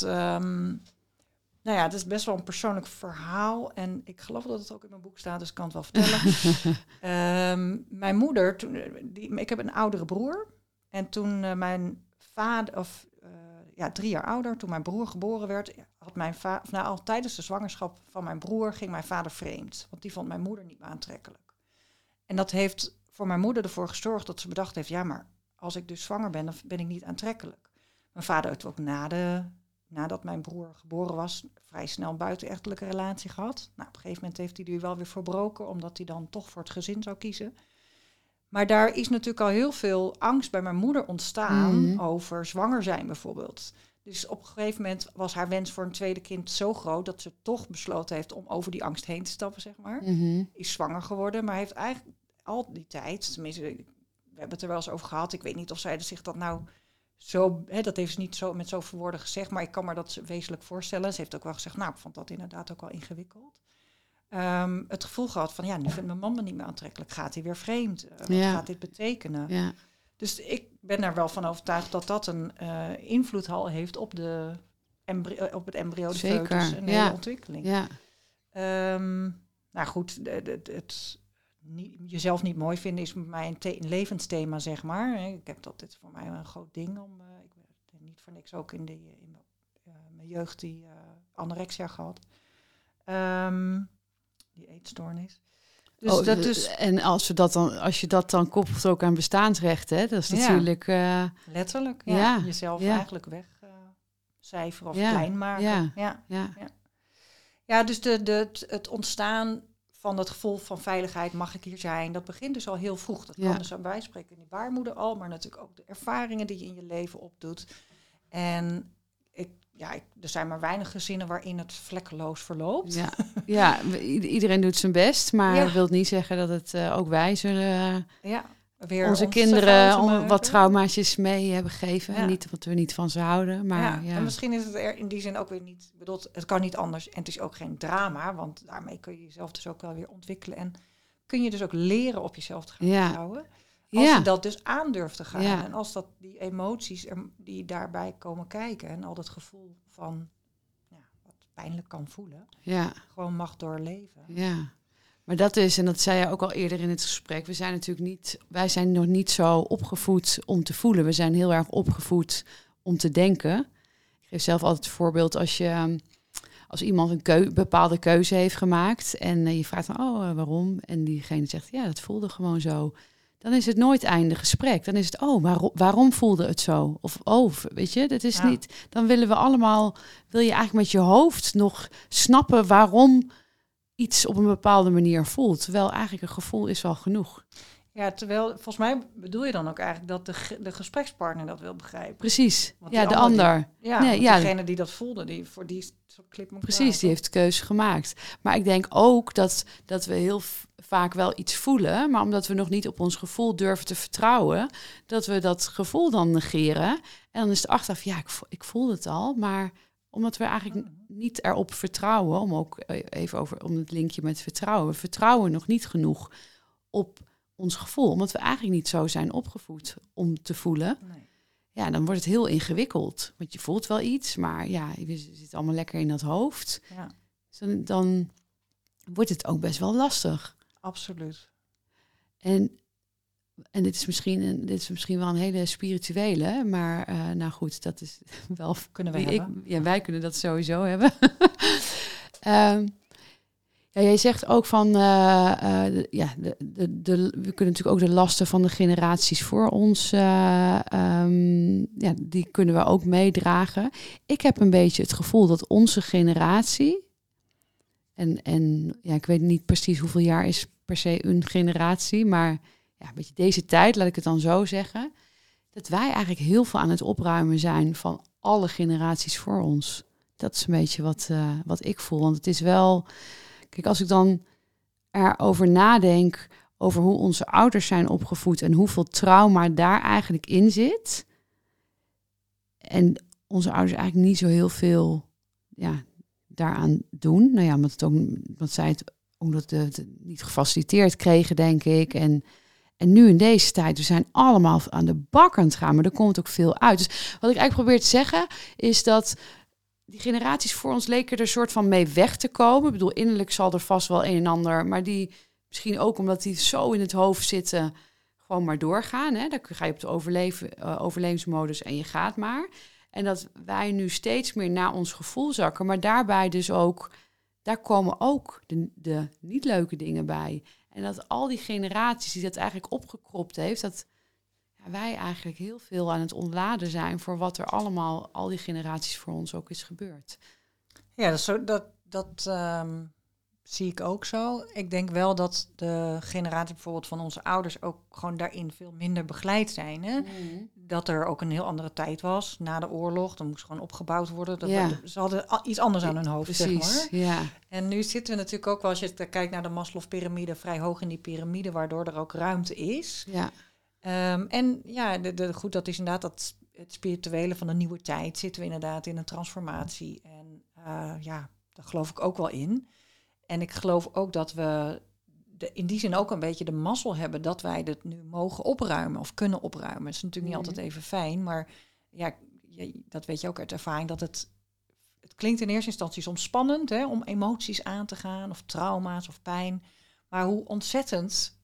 Speaker 2: het is best wel een persoonlijk verhaal. En ik geloof dat het ook in mijn boek staat, dus ik kan het wel vertellen. Mijn moeder, ik heb een oudere broer. En toen mijn vader, 3 jaar ouder, toen mijn broer geboren werd, had mijn vader, al tijdens de zwangerschap van mijn broer, ging mijn vader vreemd. Want die vond mijn moeder niet meer aantrekkelijk. En dat heeft voor mijn moeder ervoor gezorgd dat ze bedacht heeft, ja, maar als ik dus zwanger ben, dan ben ik niet aantrekkelijk. Mijn vader heeft ook nadat mijn broer geboren was, vrij snel een buitenechtelijke relatie gehad. Nou, op een gegeven moment heeft hij die wel weer verbroken, omdat hij dan toch voor het gezin zou kiezen. Maar daar is natuurlijk al heel veel angst bij mijn moeder ontstaan over zwanger zijn bijvoorbeeld. Dus op een gegeven moment was haar wens voor een tweede kind zo groot dat ze toch besloten heeft om over die angst heen te stappen, zeg maar. Is zwanger geworden, maar heeft eigenlijk al die tijd, tenminste, we hebben het er wel eens over gehad, ik weet niet of zij zich dat nou... Zo, dat heeft ze niet zo met zoveel woorden gezegd, maar ik kan me dat wezenlijk voorstellen. Ze heeft ook wel gezegd, ik vond dat inderdaad ook wel ingewikkeld. het gevoel gehad van, nu vindt mijn man me niet meer aantrekkelijk. Gaat hij weer vreemd? Wat gaat dit betekenen?
Speaker 1: Ja.
Speaker 2: Dus ik ben er wel van overtuigd dat dat een invloed al heeft op op het embryo, de foetus en de hele ontwikkeling.
Speaker 1: Ja.
Speaker 2: Nou goed, jezelf niet mooi vinden is bij mij een levensthema, zeg maar. Ik heb dit is voor mij een groot ding. Ik ben niet voor niks ook in mijn jeugd die anorexia gehad. Die eetstoornis. Dus
Speaker 1: en als je dat dan koppelt ook aan bestaansrecht, hè? Dat is natuurlijk...
Speaker 2: letterlijk, jezelf eigenlijk wegcijferen of klein maken. Ja, dus het ontstaan van dat gevoel van veiligheid, mag ik hier zijn, dat begint dus al heel vroeg. Dat kan dus bij wijze van spreken in die baarmoeder al, maar natuurlijk ook de ervaringen die je in je leven opdoet. En er zijn maar weinig gezinnen waarin het vlekkeloos verloopt.
Speaker 1: Iedereen doet zijn best, maar dat wil niet zeggen dat het ook wij zullen
Speaker 2: weer
Speaker 1: onze kinderen wat traumaatjes mee hebben gegeven. En niet wat we niet van ze houden. Maar,
Speaker 2: En misschien is het er in die zin ook weer niet... Ik bedoel, het kan niet anders en het is ook geen drama, want daarmee kun je jezelf dus ook wel weer ontwikkelen. En kun je dus ook leren op jezelf te gaan vertrouwen. Als je dat dus aandurft te gaan. Ja. En als die emoties die daarbij komen kijken en al dat gevoel van wat pijnlijk kan voelen, gewoon mag doorleven.
Speaker 1: Ja, maar dat is, en dat zei je ook al eerder in het gesprek, wij zijn nog niet zo opgevoed om te voelen. We zijn heel erg opgevoed om te denken. Ik geef zelf altijd het voorbeeld als iemand een bepaalde keuze heeft gemaakt en je vraagt dan, waarom? En diegene zegt, dat voelde gewoon zo. Dan is het nooit einde gesprek. Dan is het, waarom voelde het zo? Of, weet je, dat is niet... Dan wil je eigenlijk met je hoofd nog snappen waarom iets op een bepaalde manier voelt. Terwijl eigenlijk een gevoel is wel genoeg.
Speaker 2: Ja, terwijl, volgens mij bedoel je dan ook eigenlijk dat de gesprekspartner dat wil begrijpen.
Speaker 1: Precies, de ander.
Speaker 2: Degene die dat voelde, voor die soort clip moet
Speaker 1: precies, die heeft de keuze gemaakt. Maar ik denk ook dat we heel vaak wel iets voelen, maar omdat we nog niet op ons gevoel durven te vertrouwen, dat we dat gevoel dan negeren. En dan is het achteraf, ik voel het al, maar omdat we eigenlijk niet erop vertrouwen, om ook even om het linkje met vertrouwen, we vertrouwen nog niet genoeg op ons gevoel, omdat we eigenlijk niet zo zijn opgevoed om te voelen. Nee. Ja, dan wordt het heel ingewikkeld. Want je voelt wel iets, maar je zit allemaal lekker in dat hoofd. Ja. Dus dan wordt het ook best wel lastig.
Speaker 2: Absoluut.
Speaker 1: En dit is misschien wel een hele spirituele, maar goed, dat is wel...
Speaker 2: Kunnen we hebben.
Speaker 1: Wij kunnen dat sowieso hebben. Jij zegt ook van, we kunnen natuurlijk ook de lasten van de generaties voor ons, die kunnen we ook meedragen. Ik heb een beetje het gevoel dat onze generatie, en ik weet niet precies hoeveel jaar is per se een generatie, maar een beetje deze tijd, laat ik het dan zo zeggen, dat wij eigenlijk heel veel aan het opruimen zijn van alle generaties voor ons. Dat is een beetje wat ik voel, want het is wel... Kijk, als ik dan erover nadenk over hoe onze ouders zijn opgevoed en hoeveel trauma daar eigenlijk in zit. En onze ouders eigenlijk niet zo heel veel daaraan doen. Omdat zij het niet gefaciliteerd kregen, denk ik. En nu in deze tijd, we zijn allemaal aan de bak aan het gaan, maar er komt ook veel uit. Dus wat ik eigenlijk probeer te zeggen, is dat die generaties voor ons leken er een soort van mee weg te komen. Ik bedoel, innerlijk zal er vast wel een en ander, maar die misschien ook omdat die zo in het hoofd zitten, gewoon maar doorgaan. Hè? Dan ga je op de overlevingsmodus en je gaat maar. En dat wij nu steeds meer naar ons gevoel zakken, maar daarbij dus ook, daar komen ook de niet leuke dingen bij. En dat al die generaties die dat eigenlijk opgekropt heeft, dat wij eigenlijk heel veel aan het ontladen zijn voor wat er allemaal, al die generaties voor ons ook is gebeurd.
Speaker 2: Ja, dat zie ik ook zo. Ik denk wel dat de generatie bijvoorbeeld van onze ouders ook gewoon daarin veel minder begeleid zijn. Hè? Mm. Dat er ook een heel andere tijd was na de oorlog. Dan moest gewoon opgebouwd worden. Ze hadden iets anders aan hun hoofd,
Speaker 1: precies,
Speaker 2: zeg maar.
Speaker 1: Ja.
Speaker 2: En nu zitten we natuurlijk ook wel, als je kijkt naar de Maslow-pyramide, vrij hoog in die piramide, waardoor er ook ruimte is. Ja. Goed, dat is inderdaad het spirituele van de nieuwe tijd. Zitten we inderdaad in een transformatie. En daar geloof ik ook wel in. En ik geloof ook dat we in die zin ook een beetje de mazzel hebben dat wij dit nu mogen opruimen of kunnen opruimen. Het is natuurlijk niet altijd even fijn, maar ja, dat weet je ook uit ervaring, dat het klinkt in eerste instantie soms spannend, hè, om emoties aan te gaan of trauma's of pijn. Maar hoe ontzettend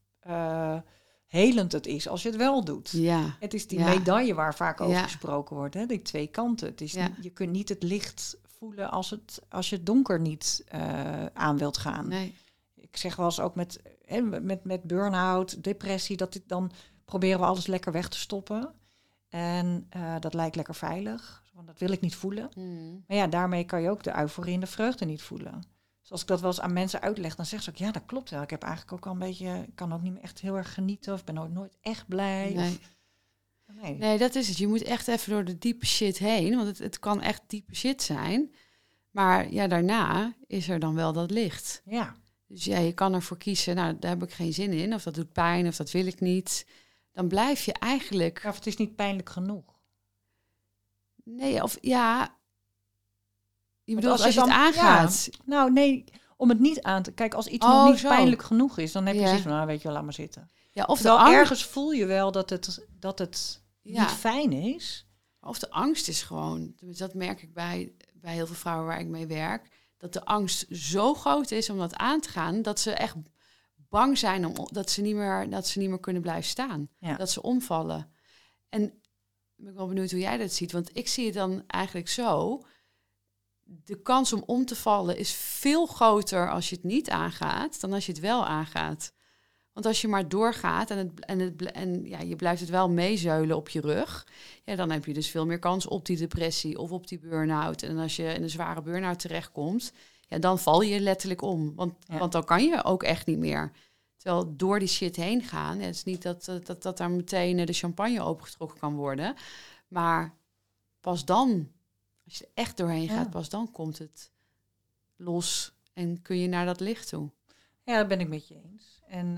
Speaker 2: helend het is als je het wel doet.
Speaker 1: Ja.
Speaker 2: Het is die medaille waar vaak over gesproken wordt, hè, die twee kanten. Het is niet, je kunt niet het licht voelen als je het donker niet aan wilt gaan.
Speaker 1: Nee.
Speaker 2: Ik zeg wel eens ook met burn-out, depressie, dan proberen we alles lekker weg te stoppen. En dat lijkt lekker veilig, want dat wil ik niet voelen. Maar ja, daarmee kan je ook de euforie en de vreugde niet voelen. Dus als ik dat wel eens aan mensen uitleg, dan zeggen ze ook, ja, dat klopt wel. Ik heb eigenlijk ook al een beetje, ik kan ook niet meer echt heel erg genieten of ben ook nooit echt blij.
Speaker 1: Nee. Nee, dat is het. Je moet echt even door de diepe shit heen, want het kan echt diepe shit zijn. Maar ja, daarna is er dan wel dat licht.
Speaker 2: Ja.
Speaker 1: Dus ja, je kan ervoor kiezen, nou, daar heb ik geen zin in, of dat doet pijn, of dat wil ik niet. Dan blijf je eigenlijk...
Speaker 2: Ja, of het is niet pijnlijk genoeg.
Speaker 1: Nee, of ja... Je bedoelt als je het aangaat.
Speaker 2: Ja, nou, nee, om het niet aan te... Kijk, als iets nog niet pijnlijk genoeg is, dan heb je zoiets van, nou, weet je wel, laat maar zitten.
Speaker 1: Ja, of
Speaker 2: de angst... ergens voel je wel dat het niet fijn is.
Speaker 1: Of de angst is gewoon... Dat merk ik bij heel veel vrouwen waar ik mee werk. Dat de angst zo groot is om dat aan te gaan, dat ze echt bang zijn dat ze niet meer kunnen blijven staan. Ja. Dat ze omvallen. En ik ben wel benieuwd hoe jij dat ziet. Want ik zie het dan eigenlijk zo. De kans om om te vallen is veel groter als je het niet aangaat dan als je het wel aangaat. Want als je maar doorgaat en je blijft het wel meezeulen op je rug, ja, dan heb je dus veel meer kans op die depressie of op die burn-out. En als je in een zware burn-out terechtkomt, ja, dan val je letterlijk om. Want dan kan je ook echt niet meer. Terwijl door die shit heen gaan, ja, het is niet dat daar meteen de champagne opengetrokken kan worden. Maar pas dan, als je er echt doorheen gaat, pas dan komt het los en kun je naar dat licht toe.
Speaker 2: Ja, dat ben ik met je eens. En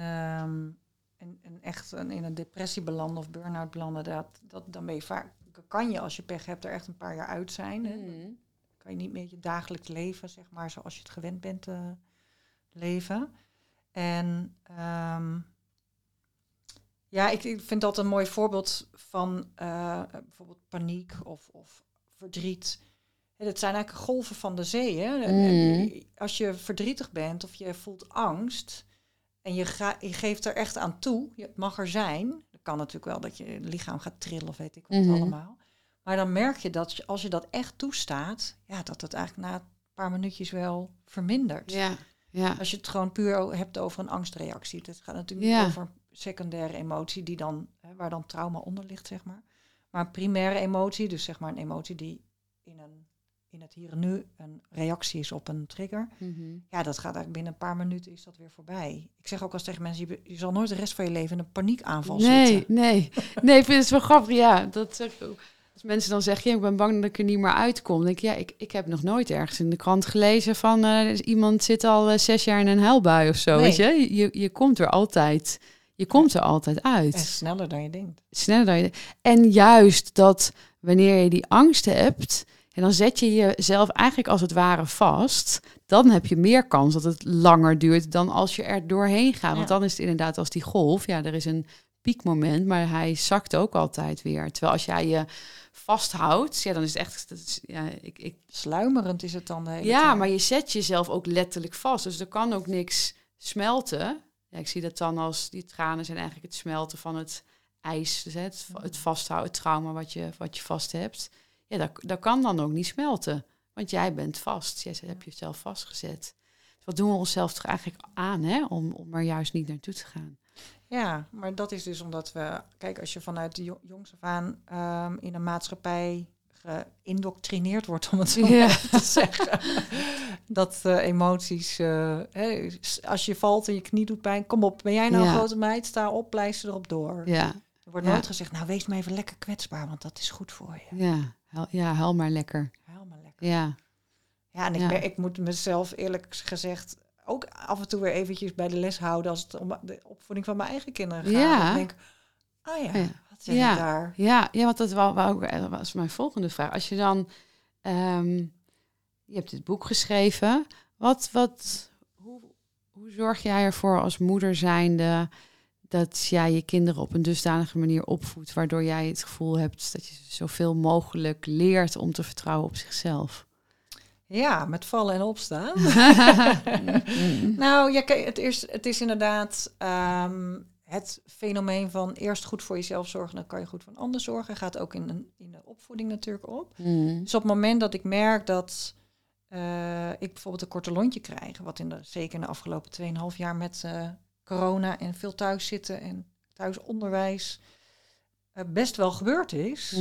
Speaker 2: echt in een depressie belanden of burn-out belanden, dan ben je vaak, kan je als je pech hebt er echt een paar jaar uit zijn. Hè? Dan kan je niet meer je dagelijks leven, zeg maar, zoals je het gewend bent te leven. En ik vind dat een mooi voorbeeld van bijvoorbeeld paniek of verdriet. Het zijn eigenlijk golven van de zee. Hè? Als je verdrietig bent of je voelt angst en je geeft er echt aan toe, het mag er zijn. Dat kan natuurlijk wel dat je lichaam gaat trillen of weet ik wat allemaal. Maar dan merk je dat als je dat echt toestaat, ja, dat het eigenlijk na een paar minuutjes wel vermindert.
Speaker 1: Ja. Ja.
Speaker 2: Als je het gewoon puur hebt over een angstreactie. Het gaat natuurlijk niet over een secundaire emotie die dan, waar dan trauma onder ligt, zeg maar. Maar een primaire emotie, dus zeg maar een emotie die in het hier en nu een reactie is op een trigger. Ja, dat gaat eigenlijk binnen een paar minuten is dat weer voorbij. Ik zeg ook als tegen mensen, je zal nooit de rest van je leven in een paniekaanval zitten. Nee, ik vind het zo grappig. Ja, dat zeg ik ook. Als mensen dan zeggen, ik ben bang dat ik er niet meer uitkom. Dan denk ik, ik heb nog nooit ergens in de krant gelezen van iemand zit al 6 jaar in een huilbui of zo. Nee. Weet je? Je komt er altijd. Je komt er altijd uit. En sneller dan je denkt.
Speaker 1: En juist dat wanneer je die angst hebt, en dan zet je jezelf eigenlijk als het ware vast. Dan heb je meer kans dat het langer duurt dan als je er doorheen gaat. Want dan is het inderdaad als die golf. Ja, er is een piekmoment, maar hij zakt ook altijd weer. Terwijl als jij je vasthoudt, ja, dan is het echt...
Speaker 2: Sluimerend is het dan de hele
Speaker 1: tijd.
Speaker 2: tijd.
Speaker 1: Maar je zet jezelf ook letterlijk vast. Dus er kan ook niks smelten. Ja, ik zie dat dan als die tranen zijn eigenlijk het smelten van het ijs. Dus het vasthouden, het trauma wat je vast hebt. Ja, dat kan dan ook niet smelten. Want jij bent vast. Jij hebt jezelf vastgezet. Dus wat doen we onszelf toch eigenlijk aan, hè? Om er juist niet naartoe te gaan?
Speaker 2: Ja, maar dat is dus omdat we... Kijk, als je vanuit de jongs af aan in een maatschappij geïndoctrineerd wordt, om het zo maar te zeggen. Dat emoties... als je valt en je knie doet pijn, kom op, ben jij nou een grote meid? Sta op, pleister erop door.
Speaker 1: Ja.
Speaker 2: Er wordt nooit gezegd, nou wees maar even lekker kwetsbaar, want dat is goed voor je.
Speaker 1: Huil maar lekker. Ja.
Speaker 2: Ja, en ik moet mezelf eerlijk gezegd ook af en toe weer eventjes bij de les houden als het om de opvoeding van mijn eigen kinderen gaat. Ja. Ik denk, wat zeg ik daar?
Speaker 1: Ja, want dat was mijn volgende vraag. Als je dan, je hebt dit boek geschreven, hoe hoe zorg jij ervoor als moeder zijnde dat jij je kinderen op een dusdanige manier opvoedt, waardoor jij het gevoel hebt dat je ze zoveel mogelijk leert om te vertrouwen op zichzelf?
Speaker 2: Ja, met vallen en opstaan. Nou, ja, kijk, het is inderdaad het fenomeen van eerst goed voor jezelf zorgen, dan kan je goed voor een ander zorgen. Gaat ook in de opvoeding natuurlijk op. Dus op het moment dat ik merk dat ik bijvoorbeeld een korte lontje krijg, wat zeker in de afgelopen 2,5 jaar met corona en veel thuis zitten en thuisonderwijs best wel gebeurd is.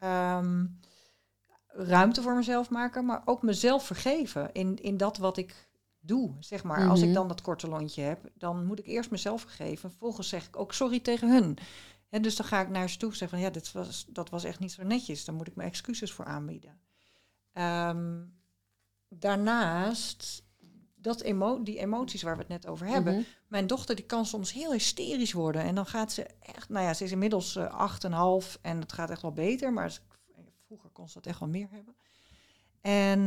Speaker 2: Ruimte voor mezelf maken, maar ook mezelf vergeven in dat wat ik doe, zeg maar. Als ik dan dat korte lontje heb, dan moet ik eerst mezelf vergeven. Vervolgens zeg ik ook sorry tegen hun. En dus dan ga ik naar ze toe en zeg van, ja, dat was echt niet zo netjes. Dan moet ik mijn excuses voor aanbieden. Daarnaast, die emoties waar we het net over hebben. Mijn dochter die kan soms heel hysterisch worden. En dan gaat ze echt, ze is inmiddels 8,5 en het gaat echt wel beter. Maar vroeger kon ze dat echt wel meer hebben. En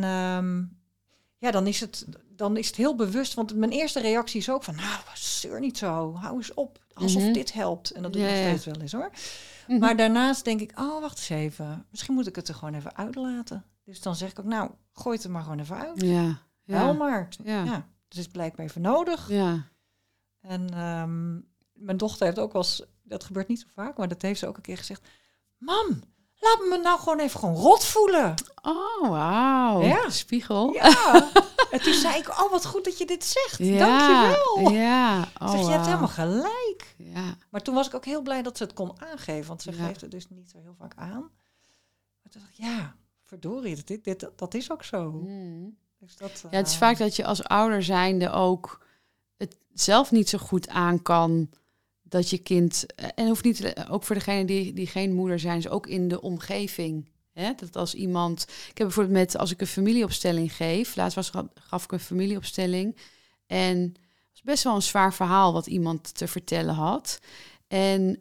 Speaker 2: dan is het heel bewust. Want mijn eerste reactie is ook van, nou, zeur niet zo. Hou eens op. Alsof dit helpt. En dat doe ik nog steeds wel eens, hoor. Maar daarnaast denk ik, wacht eens even. Misschien moet ik het er gewoon even uitlaten. Dus dan zeg ik ook, nou, gooi het er maar gewoon even uit. Wel maar. Ja. Dus het is blijkbaar even nodig. Ja. En mijn dochter heeft ook wel eens, dat gebeurt niet zo vaak, maar dat heeft ze ook een keer gezegd. Mam, laat me nou gewoon rot voelen.
Speaker 1: Oh, wauw. Ja. Spiegel.
Speaker 2: Ja. En toen zei ik, wat goed dat je dit zegt. Ja. Dankjewel.
Speaker 1: Ja.
Speaker 2: Je hebt helemaal gelijk.
Speaker 1: Ja.
Speaker 2: Maar toen was ik ook heel blij dat ze het kon aangeven. Want ze geeft het dus niet zo heel vaak aan. Maar toen dacht ik, verdorie, dat is ook zo. Dus
Speaker 1: het is vaak dat je als ouder zijnde ook het zelf niet zo goed aan kan dat je kind, en hoeft niet, ook voor degene die geen moeder zijn, is ook in de omgeving. Hè? Dat als iemand, ik heb bijvoorbeeld als ik een familieopstelling geef, laatst gaf ik een familieopstelling en het was best wel een zwaar verhaal wat iemand te vertellen had. En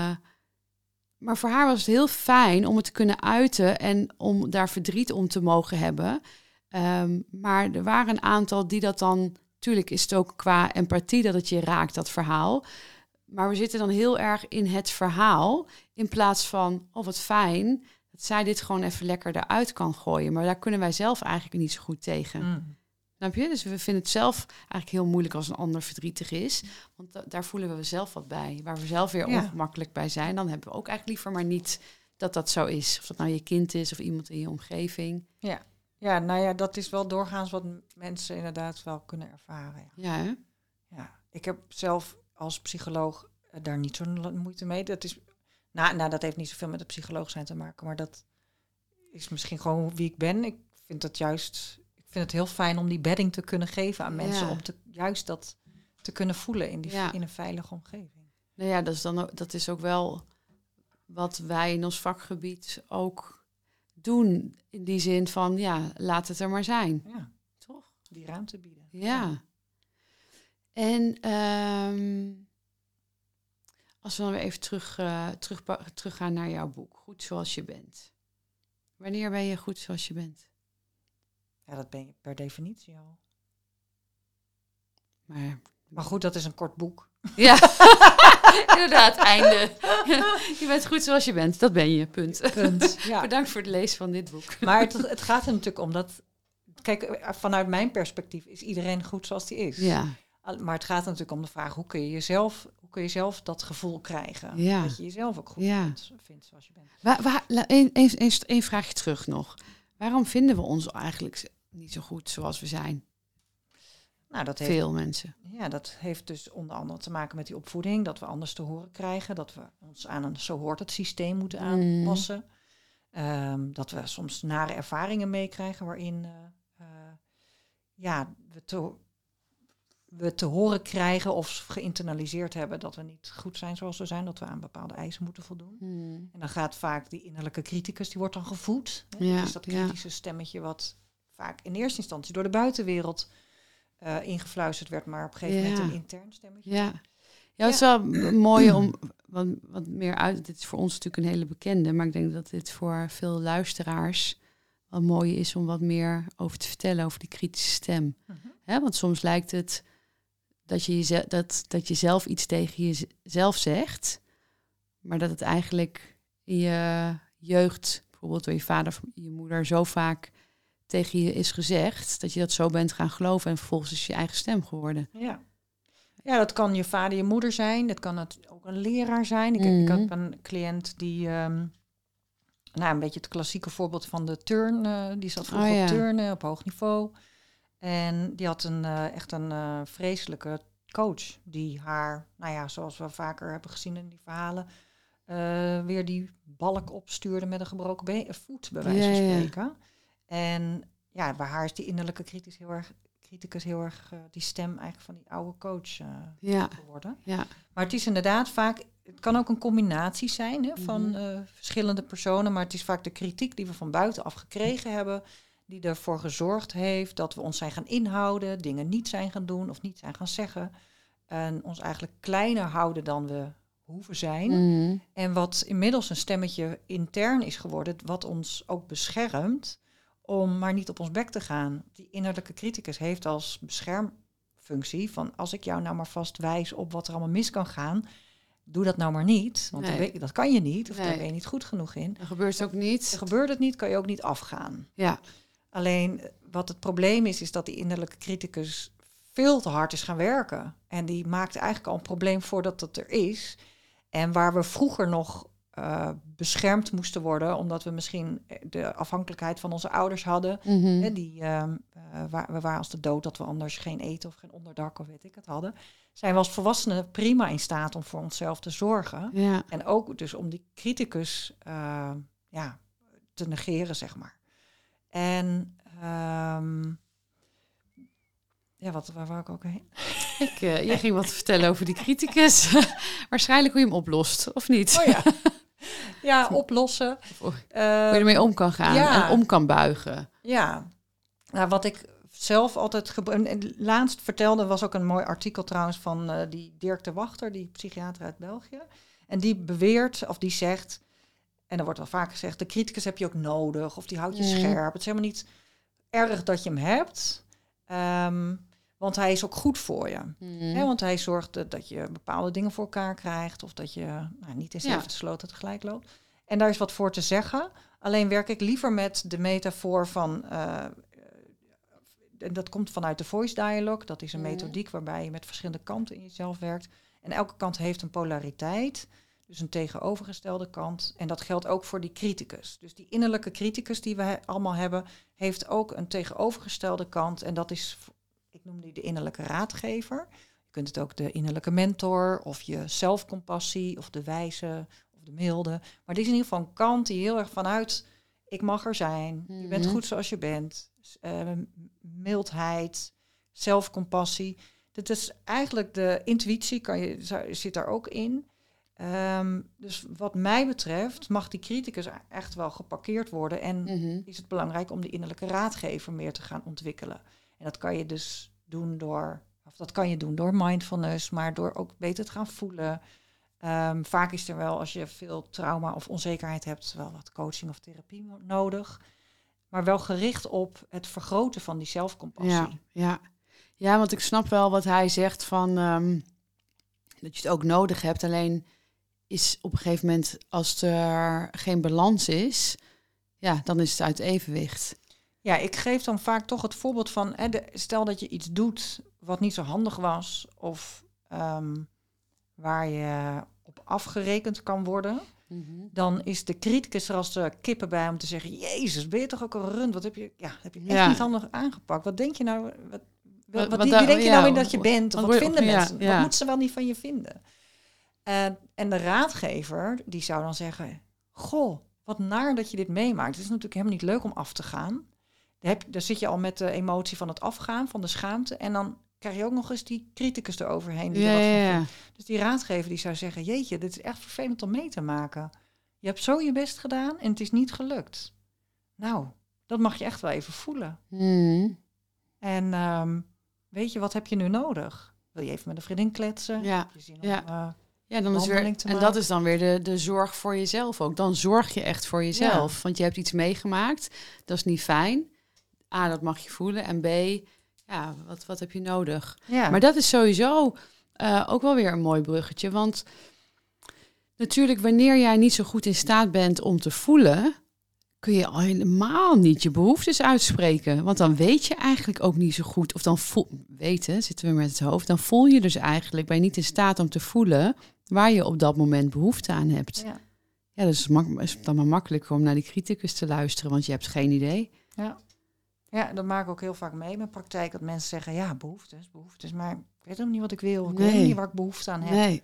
Speaker 1: maar voor haar was het heel fijn om het te kunnen uiten en om daar verdriet om te mogen hebben. Maar er waren een aantal die dat dan, natuurlijk is het ook qua empathie dat het je raakt, dat verhaal. Maar we zitten dan heel erg in het verhaal, in plaats van, wat fijn, dat zij dit gewoon even lekker eruit kan gooien. Maar daar kunnen wij zelf eigenlijk niet zo goed tegen. Snap je? Dus we vinden het zelf eigenlijk heel moeilijk als een ander verdrietig is. Want daar voelen we zelf wat bij. Waar we zelf weer ongemakkelijk bij zijn, dan hebben we ook eigenlijk liever maar niet dat zo is. Of dat nou je kind is of iemand in je omgeving.
Speaker 2: Ja, dat is wel doorgaans wat mensen inderdaad wel kunnen ervaren.
Speaker 1: Ja, hè?
Speaker 2: Ja, ik heb zelf als psycholoog daar niet zo'n moeite mee. Dat is, dat heeft niet zoveel met de psycholoog zijn te maken, maar dat is misschien gewoon wie ik ben. Ik vind het heel fijn om die bedding te kunnen geven aan mensen, om dat te kunnen voelen in een veilige omgeving.
Speaker 1: Nou ja, dat is ook wel wat wij in ons vakgebied ook doen, in die zin van, laat het er maar zijn.
Speaker 2: Ja, toch? Die ruimte bieden.
Speaker 1: Ja. En als we dan weer even teruggaan naar jouw boek, Goed Zoals Je Bent. Wanneer ben je goed zoals je bent?
Speaker 2: Ja, dat ben je per definitie al.
Speaker 1: Maar
Speaker 2: goed, dat is een kort boek.
Speaker 1: Ja, inderdaad, einde. Je bent goed zoals je bent, dat ben je, punt. Ja. Bedankt voor het lezen van dit boek.
Speaker 2: Maar het gaat er natuurlijk om dat, kijk, vanuit mijn perspectief is iedereen goed zoals die is. Ja. Maar het gaat natuurlijk om de vraag, hoe kun je jezelf dat gevoel krijgen? Ja. Dat je jezelf ook goed vindt zoals je bent.
Speaker 1: Eén vraagje terug nog. Waarom vinden we ons eigenlijk niet zo goed zoals we zijn? Veel mensen.
Speaker 2: Ja, dat heeft dus onder andere te maken met die opvoeding. Dat we anders te horen krijgen. Dat we ons aan zo hoort het systeem moeten aanpassen. Dat we soms nare ervaringen meekrijgen waarin we te horen krijgen of geïnternaliseerd hebben dat we niet goed zijn zoals we zijn. Dat we aan bepaalde eisen moeten voldoen. En dan gaat vaak die innerlijke criticus, die wordt dan gevoed. Ja, dus dat kritische stemmetje wat vaak in eerste instantie door de buitenwereld ingefluisterd werd, maar op een gegeven moment een intern stemmetje.
Speaker 1: Ja, het is wel mooi om wat meer uit. Dit is voor ons natuurlijk een hele bekende, maar ik denk dat dit voor veel luisteraars wel mooi is om wat meer over te vertellen over die kritische stem. Want soms lijkt het dat je zelf iets tegen jezelf zegt, maar dat het eigenlijk in je jeugd, bijvoorbeeld door je vader of je moeder, zo vaak tegen je is gezegd, dat je dat zo bent gaan geloven en vervolgens is je eigen stem geworden.
Speaker 2: Ja. Ja, dat kan je vader, je moeder zijn. Dat kan het ook een leraar zijn. Ik heb een cliënt die, een beetje het klassieke voorbeeld van de turn. Die zat vroeger op turnen op hoog niveau. En die had echt een vreselijke coach die haar, zoals we vaker hebben gezien in die verhalen, weer die balk opstuurde met een gebroken voet, bij wijze van spreken. En ja, bij haar is die innerlijke criticus heel erg die stem eigenlijk van die oude coach geworden. Ja. Maar het is inderdaad vaak, het kan ook een combinatie zijn van verschillende personen, maar het is vaak de kritiek die we van buitenaf gekregen hebben, die ervoor gezorgd heeft dat we ons zijn gaan inhouden, dingen niet zijn gaan doen of niet zijn gaan zeggen. En ons eigenlijk kleiner houden dan we hoeven zijn. En wat inmiddels een stemmetje intern is geworden, wat ons ook beschermt om maar niet op ons bek te gaan. Die innerlijke criticus heeft als beschermfunctie van, als ik jou nou maar vast wijs op wat er allemaal mis kan gaan, doe dat nou maar niet. Want dat kan je niet, of daar ben je niet goed genoeg in.
Speaker 1: Dat gebeurt ook niet.
Speaker 2: Gebeurt het niet, kan je ook niet afgaan.
Speaker 1: Ja.
Speaker 2: Alleen wat het probleem is dat die innerlijke criticus veel te hard is gaan werken. En die maakt eigenlijk al een probleem voordat dat er is. En waar we vroeger nog beschermd moesten worden, omdat we misschien de afhankelijkheid van onze ouders hadden. We waren als de dood dat we anders geen eten of geen onderdak of weet ik het hadden. Zijn we als volwassenen prima in staat om voor onszelf te zorgen. Ja. En ook dus om die criticus te negeren, zeg maar. En waar wou ik ook heen?
Speaker 1: Je ging wat vertellen over die criticus. Waarschijnlijk hoe je hem oplost, of niet?
Speaker 2: Oh ja. Ja, oplossen.
Speaker 1: Hoe je ermee om kan gaan en om kan buigen.
Speaker 2: Ja. Nou, wat ik zelf altijd laatst vertelde, was ook een mooi artikel trouwens van die Dirk de Wachter, die psychiater uit België. En die beweert, of die zegt, en er wordt wel vaak gezegd, de criticus heb je ook nodig, of die houdt je scherp. Het is helemaal niet erg dat je hem hebt, want hij is ook goed voor je. Want hij zorgt dat je bepaalde dingen voor elkaar krijgt, of dat je niet in 7 sloten tegelijk loopt. En daar is wat voor te zeggen. Alleen werk ik liever met de metafoor van, en dat komt vanuit de voice dialogue. Dat is een methodiek waarbij je met verschillende kanten in jezelf werkt. En elke kant heeft een polariteit, dus een tegenovergestelde kant. En dat geldt ook voor die criticus. Dus die innerlijke criticus die we allemaal hebben, heeft ook een tegenovergestelde kant. En dat is, ik noem die de innerlijke raadgever. Je kunt het ook de innerlijke mentor, of je zelfcompassie, of de wijze, of de milde. Maar dit is in ieder geval een kant die heel erg vanuit, ik mag er zijn, je bent goed zoals je bent. Mildheid, zelfcompassie. Dat is eigenlijk de intuïtie, zit daar ook in. Dus wat mij betreft mag die criticus echt wel geparkeerd worden. En is het belangrijk om die innerlijke raadgever meer te gaan ontwikkelen. En dat kan je dus doen door mindfulness, maar door ook beter te gaan voelen. Vaak is er wel, als je veel trauma of onzekerheid hebt, wel wat coaching of therapie nodig. Maar wel gericht op het vergroten van die zelfcompassie.
Speaker 1: Ja, want ik snap wel wat hij zegt van dat je het ook nodig hebt. Alleen is op een gegeven moment, als er geen balans is, dan is het uit evenwicht.
Speaker 2: Ja, ik geef dan vaak toch het voorbeeld van, stel dat je iets doet wat niet zo handig was, of waar je op afgerekend kan worden. Dan is de criticus er als de kippen bij om te zeggen, Jezus, ben je toch ook een rund? Wat heb je echt niet handig aangepakt? Wat denk je nou? Wie denk je nou in dat je bent? Of wat vinden mensen? Wat moeten ze wel niet van je vinden? En de raadgever, die zou dan zeggen, goh, wat naar dat je dit meemaakt. Het is natuurlijk helemaal niet leuk om af te gaan. Daar zit je al met de emotie van het afgaan, van de schaamte. En dan krijg je ook nog eens die criticus eroverheen. Die er wat van vindt. Dus die raadgever die zou zeggen, jeetje, dit is echt vervelend om mee te maken. Je hebt zo je best gedaan en het is niet gelukt. Nou, dat mag je echt wel even voelen. En weet je, wat heb je nu nodig? Wil je even met een vriendin kletsen?
Speaker 1: Dan is weer, en dat is dan weer de zorg voor jezelf ook. Dan zorg je echt voor jezelf. Want je hebt iets meegemaakt. Dat is niet fijn. A, dat mag je voelen. En B, wat heb je nodig?
Speaker 2: Ja.
Speaker 1: Maar dat is sowieso ook wel weer een mooi bruggetje. Want natuurlijk, wanneer jij niet zo goed in staat bent om te voelen, kun je al helemaal niet je behoeftes uitspreken. Want dan weet je eigenlijk ook niet zo goed. Of dan zitten we met het hoofd. Dan voel je dus eigenlijk, ben je niet in staat om te voelen waar je op dat moment behoefte aan hebt. Ja, dus het is dan maar makkelijker om naar die criticus te luisteren, want je hebt geen idee.
Speaker 2: Ja, dat maak ik ook heel vaak mee in mijn praktijk. Dat mensen zeggen, ja, behoeftes. Maar ik weet ook niet wat ik wil. Ik weet ook niet waar ik behoefte aan heb.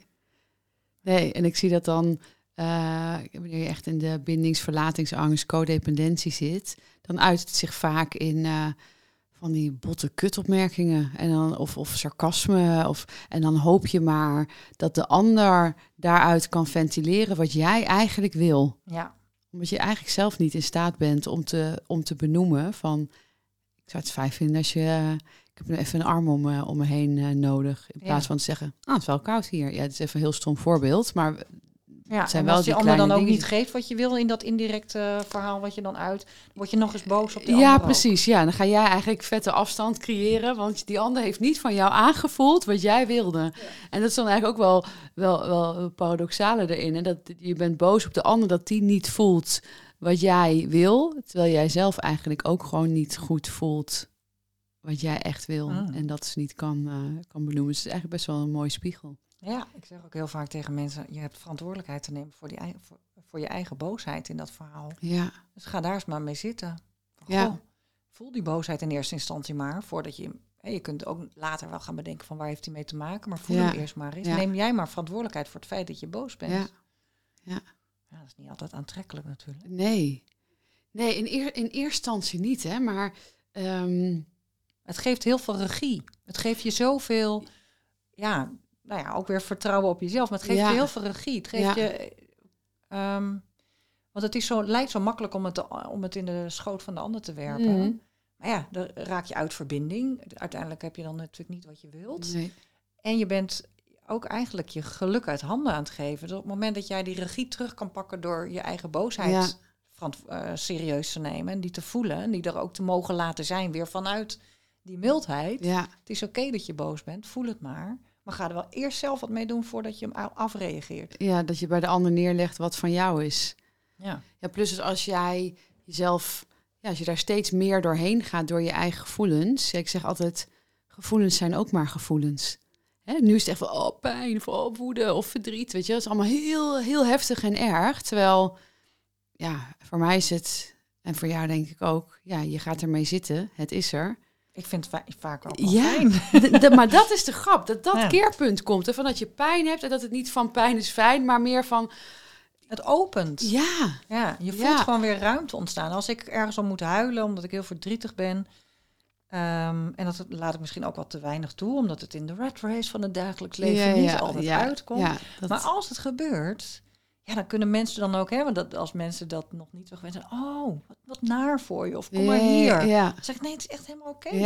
Speaker 1: Nee, en ik zie dat dan, wanneer je echt in de bindingsverlatingsangst, codependentie zit, dan uit het zich vaak in van die botte kutopmerkingen en dan, of sarcasme. En dan hoop je maar dat de ander daaruit kan ventileren wat jij eigenlijk wil.
Speaker 2: Ja.
Speaker 1: Omdat je eigenlijk zelf niet in staat bent om te benoemen van, ik zou het fijn vinden als je, ik heb nu even een arm om me heen nodig. In plaats van te zeggen, het is wel koud hier. Ja, het is even een heel stom voorbeeld, maar het zijn
Speaker 2: en
Speaker 1: wel
Speaker 2: als
Speaker 1: die
Speaker 2: die ander dan ook
Speaker 1: dingen
Speaker 2: niet geeft wat je wil in dat indirecte verhaal wat je dan uit, word je nog eens boos op die ander.
Speaker 1: Ja, precies. Ja, dan ga jij eigenlijk vette afstand creëren, want die ander heeft niet van jou aangevoeld wat jij wilde. Ja. En dat is dan eigenlijk ook wel paradoxale erin. Hè? Dat je bent boos op de ander dat die niet voelt wat jij wil, terwijl jij zelf eigenlijk ook gewoon niet goed voelt wat jij echt wil. En dat ze niet kan benoemen. Dus het is eigenlijk best wel een mooie spiegel.
Speaker 2: Ja, ik zeg ook heel vaak tegen mensen, je hebt verantwoordelijkheid te nemen voor je eigen boosheid in dat verhaal.
Speaker 1: Ja.
Speaker 2: Dus ga daar eens maar mee zitten. Voel die boosheid in eerste instantie maar, voordat je kunt ook later wel gaan bedenken van waar heeft hij mee te maken, maar voel hem eerst maar eens. Ja. Neem jij maar verantwoordelijkheid voor het feit dat je boos bent. Ja, dat is niet altijd aantrekkelijk natuurlijk.
Speaker 1: Nee, in eerste instantie niet, hè, maar
Speaker 2: het geeft heel veel regie. Het geeft je zoveel, ook weer vertrouwen op jezelf. Maar het geeft je heel veel regie. Het geeft je, want het lijkt zo makkelijk om het in de schoot van de ander te werpen. Mm-hmm. Maar ja, dan raak je uit verbinding. Uiteindelijk heb je dan natuurlijk niet wat je wilt. Nee. En je bent ook eigenlijk je geluk uit handen aan het geven. Dus op het moment dat jij die regie terug kan pakken door je eigen boosheid serieus te nemen en die te voelen en die er ook te mogen laten zijn weer vanuit die mildheid. Ja. Het is oké dat je boos bent, voel het maar. Maar ga er wel eerst zelf wat mee doen voordat je hem afreageert. Ja,
Speaker 1: dat je bij de ander neerlegt wat van jou is.
Speaker 2: Ja,
Speaker 1: plus dus als jij jezelf, als je daar steeds meer doorheen gaat door je eigen gevoelens. Ik zeg altijd, gevoelens zijn ook maar gevoelens. Nu is het echt van pijn of woede of verdriet. Weet je, dat is allemaal heel, heel heftig en erg. Terwijl, voor mij is het, en voor jou denk ik ook, je gaat ermee zitten. Het is er.
Speaker 2: Ik vind het vaak ook wel fijn.
Speaker 1: Maar dat is de grap, dat keerpunt komt. Van dat je pijn hebt en dat het niet van pijn is fijn, maar meer van...
Speaker 2: Het opent.
Speaker 1: Ja,
Speaker 2: je voelt gewoon weer ruimte ontstaan. Als ik ergens om moet huilen, omdat ik heel verdrietig ben... en dat laat ik misschien ook wat te weinig toe... omdat het in de rat race van het dagelijks leven niet altijd uitkomt. Ja, maar als het gebeurt... dan kunnen mensen dan ook... want als mensen dat nog niet zo gewend zijn... wat naar voor je. Of kom maar hier. Ja. Dan zeg ik, nee, het is echt helemaal oké.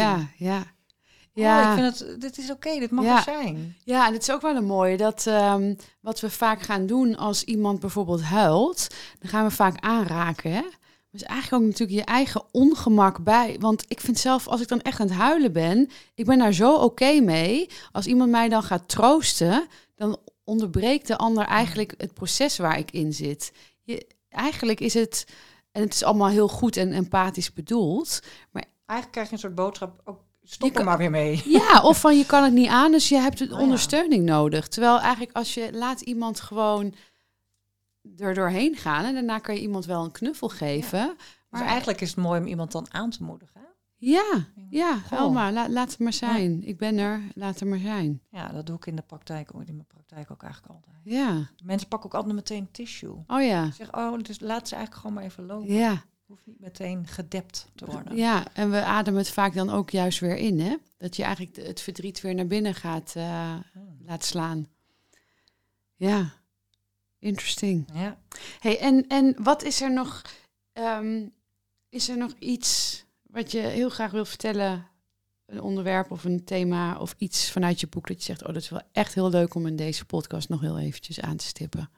Speaker 1: Ja.
Speaker 2: Ik vind dit is oké, dit mag er zijn.
Speaker 1: Ja, en het is ook wel een mooie dat wat we vaak gaan doen als iemand bijvoorbeeld huilt, dan gaan we vaak aanraken, hè? Dus eigenlijk ook natuurlijk je eigen ongemak bij. Want ik vind zelf, als ik dan echt aan het huilen ben, ik ben daar zo oké mee. Als iemand mij dan gaat troosten, dan onderbreekt de ander eigenlijk het proces waar ik in zit. Eigenlijk is het, en het is allemaal heel goed en empathisch bedoeld, maar
Speaker 2: eigenlijk krijg je een soort boodschap ook. Stop er maar weer mee.
Speaker 1: Ja, of van je kan het niet aan, dus je hebt ondersteuning nodig. Terwijl eigenlijk als je laat iemand gewoon er doorheen gaan... en daarna kan je iemand wel een knuffel geven. Ja.
Speaker 2: Maar eigenlijk is het mooi om iemand dan aan te moedigen.
Speaker 1: Ja, Elma, laat het maar zijn. Ik ben er, laat het maar zijn.
Speaker 2: Ja, dat doe ik in mijn praktijk ook eigenlijk altijd.
Speaker 1: Ja.
Speaker 2: Mensen pakken ook altijd meteen tissue.
Speaker 1: Oh ja.
Speaker 2: Ik zeg, dus laat ze eigenlijk gewoon maar even lopen.
Speaker 1: Ja.
Speaker 2: Hoeft niet meteen gedept te worden.
Speaker 1: Ja, en we ademen het vaak dan ook juist weer in, hè? Dat je eigenlijk het verdriet weer naar binnen gaat laat slaan. Ja, interesting.
Speaker 2: Ja.
Speaker 1: Hey, en wat is er nog? Is er nog iets wat je heel graag wil vertellen? Een onderwerp of een thema of iets vanuit je boek dat je zegt, dat is wel echt heel leuk om in deze podcast nog heel eventjes aan te stippen.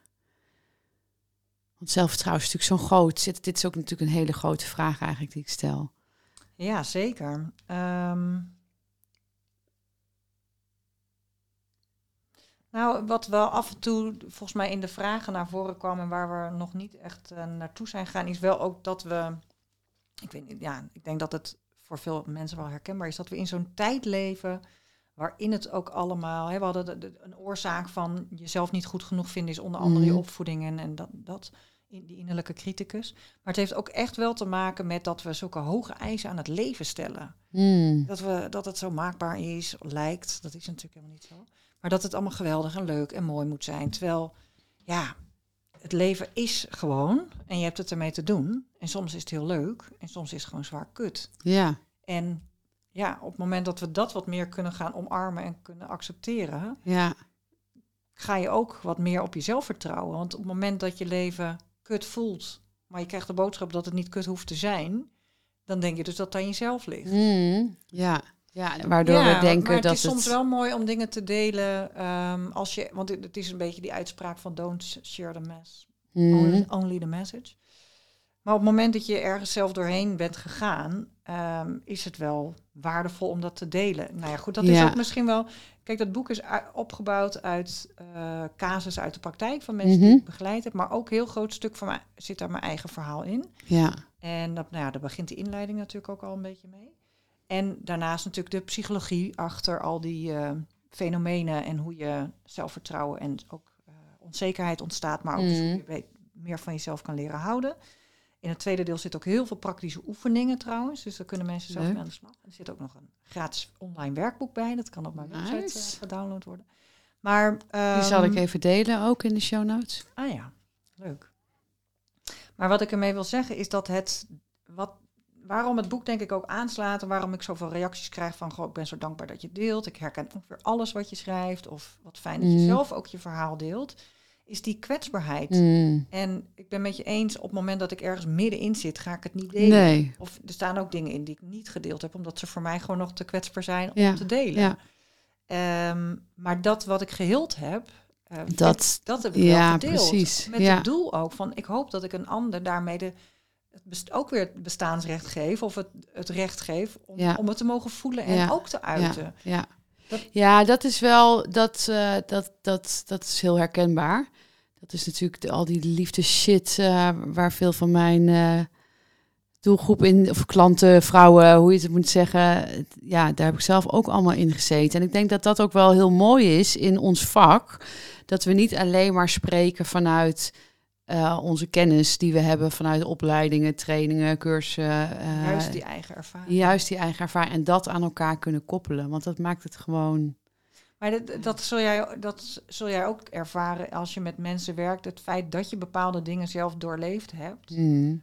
Speaker 1: Want zelfvertrouwen is natuurlijk zo'n groot. Dit is ook natuurlijk een hele grote vraag eigenlijk die ik stel.
Speaker 2: Ja, zeker. Nou, wat wel af en toe volgens mij in de vragen naar voren kwam en waar we nog niet echt naartoe zijn gegaan, is wel ook dat we, ik weet niet, ja, ik denk dat het voor veel mensen wel herkenbaar is, dat we in zo'n tijd leven waarin het ook allemaal, we hadden een oorzaak van jezelf niet goed genoeg vinden is onder andere je opvoeding en dat die innerlijke criticus. Maar het heeft ook echt wel te maken met dat we zulke hoge eisen aan het leven stellen. Dat het zo maakbaar is, lijkt, dat is natuurlijk helemaal niet zo. Maar dat het allemaal geweldig en leuk en mooi moet zijn. Terwijl, ja, het leven is gewoon en je hebt het ermee te doen. En soms is het heel leuk en soms is het gewoon zwaar kut.
Speaker 1: Ja.
Speaker 2: En ja, op het moment dat we dat wat meer kunnen gaan omarmen en kunnen accepteren, ga je ook wat meer op jezelf vertrouwen. Want op het moment dat je leven kut voelt, maar je krijgt de boodschap dat het niet kut hoeft te zijn, dan denk je dus dat het aan jezelf ligt.
Speaker 1: Ja, waardoor we denken
Speaker 2: maar het
Speaker 1: dat
Speaker 2: is soms wel mooi om dingen te delen. Want het is een beetje die uitspraak van don't share the mess, only the message. Maar op het moment dat je ergens zelf doorheen bent gegaan, is het wel waardevol om dat te delen. Nou ja, goed, dat is ook misschien wel. Kijk, dat boek is opgebouwd uit casus uit de praktijk van mensen die ik begeleid heb, maar ook een heel groot stuk van mij zit daar mijn eigen verhaal in.
Speaker 1: Ja.
Speaker 2: En daar begint de inleiding natuurlijk ook al een beetje mee. En daarnaast natuurlijk de psychologie achter al die fenomenen en hoe je zelfvertrouwen en ook onzekerheid ontstaat, maar ook dus hoe je meer van jezelf kan leren houden. In het tweede deel zit ook heel veel praktische oefeningen trouwens, dus daar kunnen mensen zelf mee aan de slag. Er zit ook nog een gratis online werkboek bij, dat kan op mijn website gedownload worden. Maar
Speaker 1: die zal ik even delen, ook in de show notes.
Speaker 2: Ah ja, leuk. Maar wat ik ermee wil zeggen is dat waarom het boek denk ik ook aanslaat en waarom ik zoveel reacties krijg van, goh, ik ben zo dankbaar dat je het deelt. Ik herken ongeveer alles wat je schrijft of wat fijn dat je zelf ook je verhaal deelt, is die kwetsbaarheid. En ik ben met je eens, op het moment dat ik ergens middenin zit, ga ik het niet delen.
Speaker 1: Nee.
Speaker 2: Of er staan ook dingen in die ik niet gedeeld heb, omdat ze voor mij gewoon nog te kwetsbaar zijn om te delen. Ja. Maar dat wat ik geheeld heb, dat heb ik wel gedeeld.
Speaker 1: Precies.
Speaker 2: Met het doel ook van, ik hoop dat ik een ander daarmee ook weer het bestaansrecht geef of het recht geef om het te mogen voelen en ook te uiten.
Speaker 1: Dat is wel, dat is heel herkenbaar. Dat is natuurlijk al die liefde shit waar veel van mijn doelgroep in, of klanten, vrouwen, hoe je het moet zeggen. Ja, daar heb ik zelf ook allemaal in gezeten. En ik denk dat dat ook wel heel mooi is in ons vak. Dat we niet alleen maar spreken vanuit onze kennis die we hebben vanuit opleidingen, trainingen, cursussen.
Speaker 2: Juist die eigen ervaring.
Speaker 1: Juist die eigen ervaring. En dat aan elkaar kunnen koppelen. Want dat maakt het gewoon...
Speaker 2: Maar dat zul jij ook ervaren als je met mensen werkt. Het feit dat je bepaalde dingen zelf doorleefd hebt,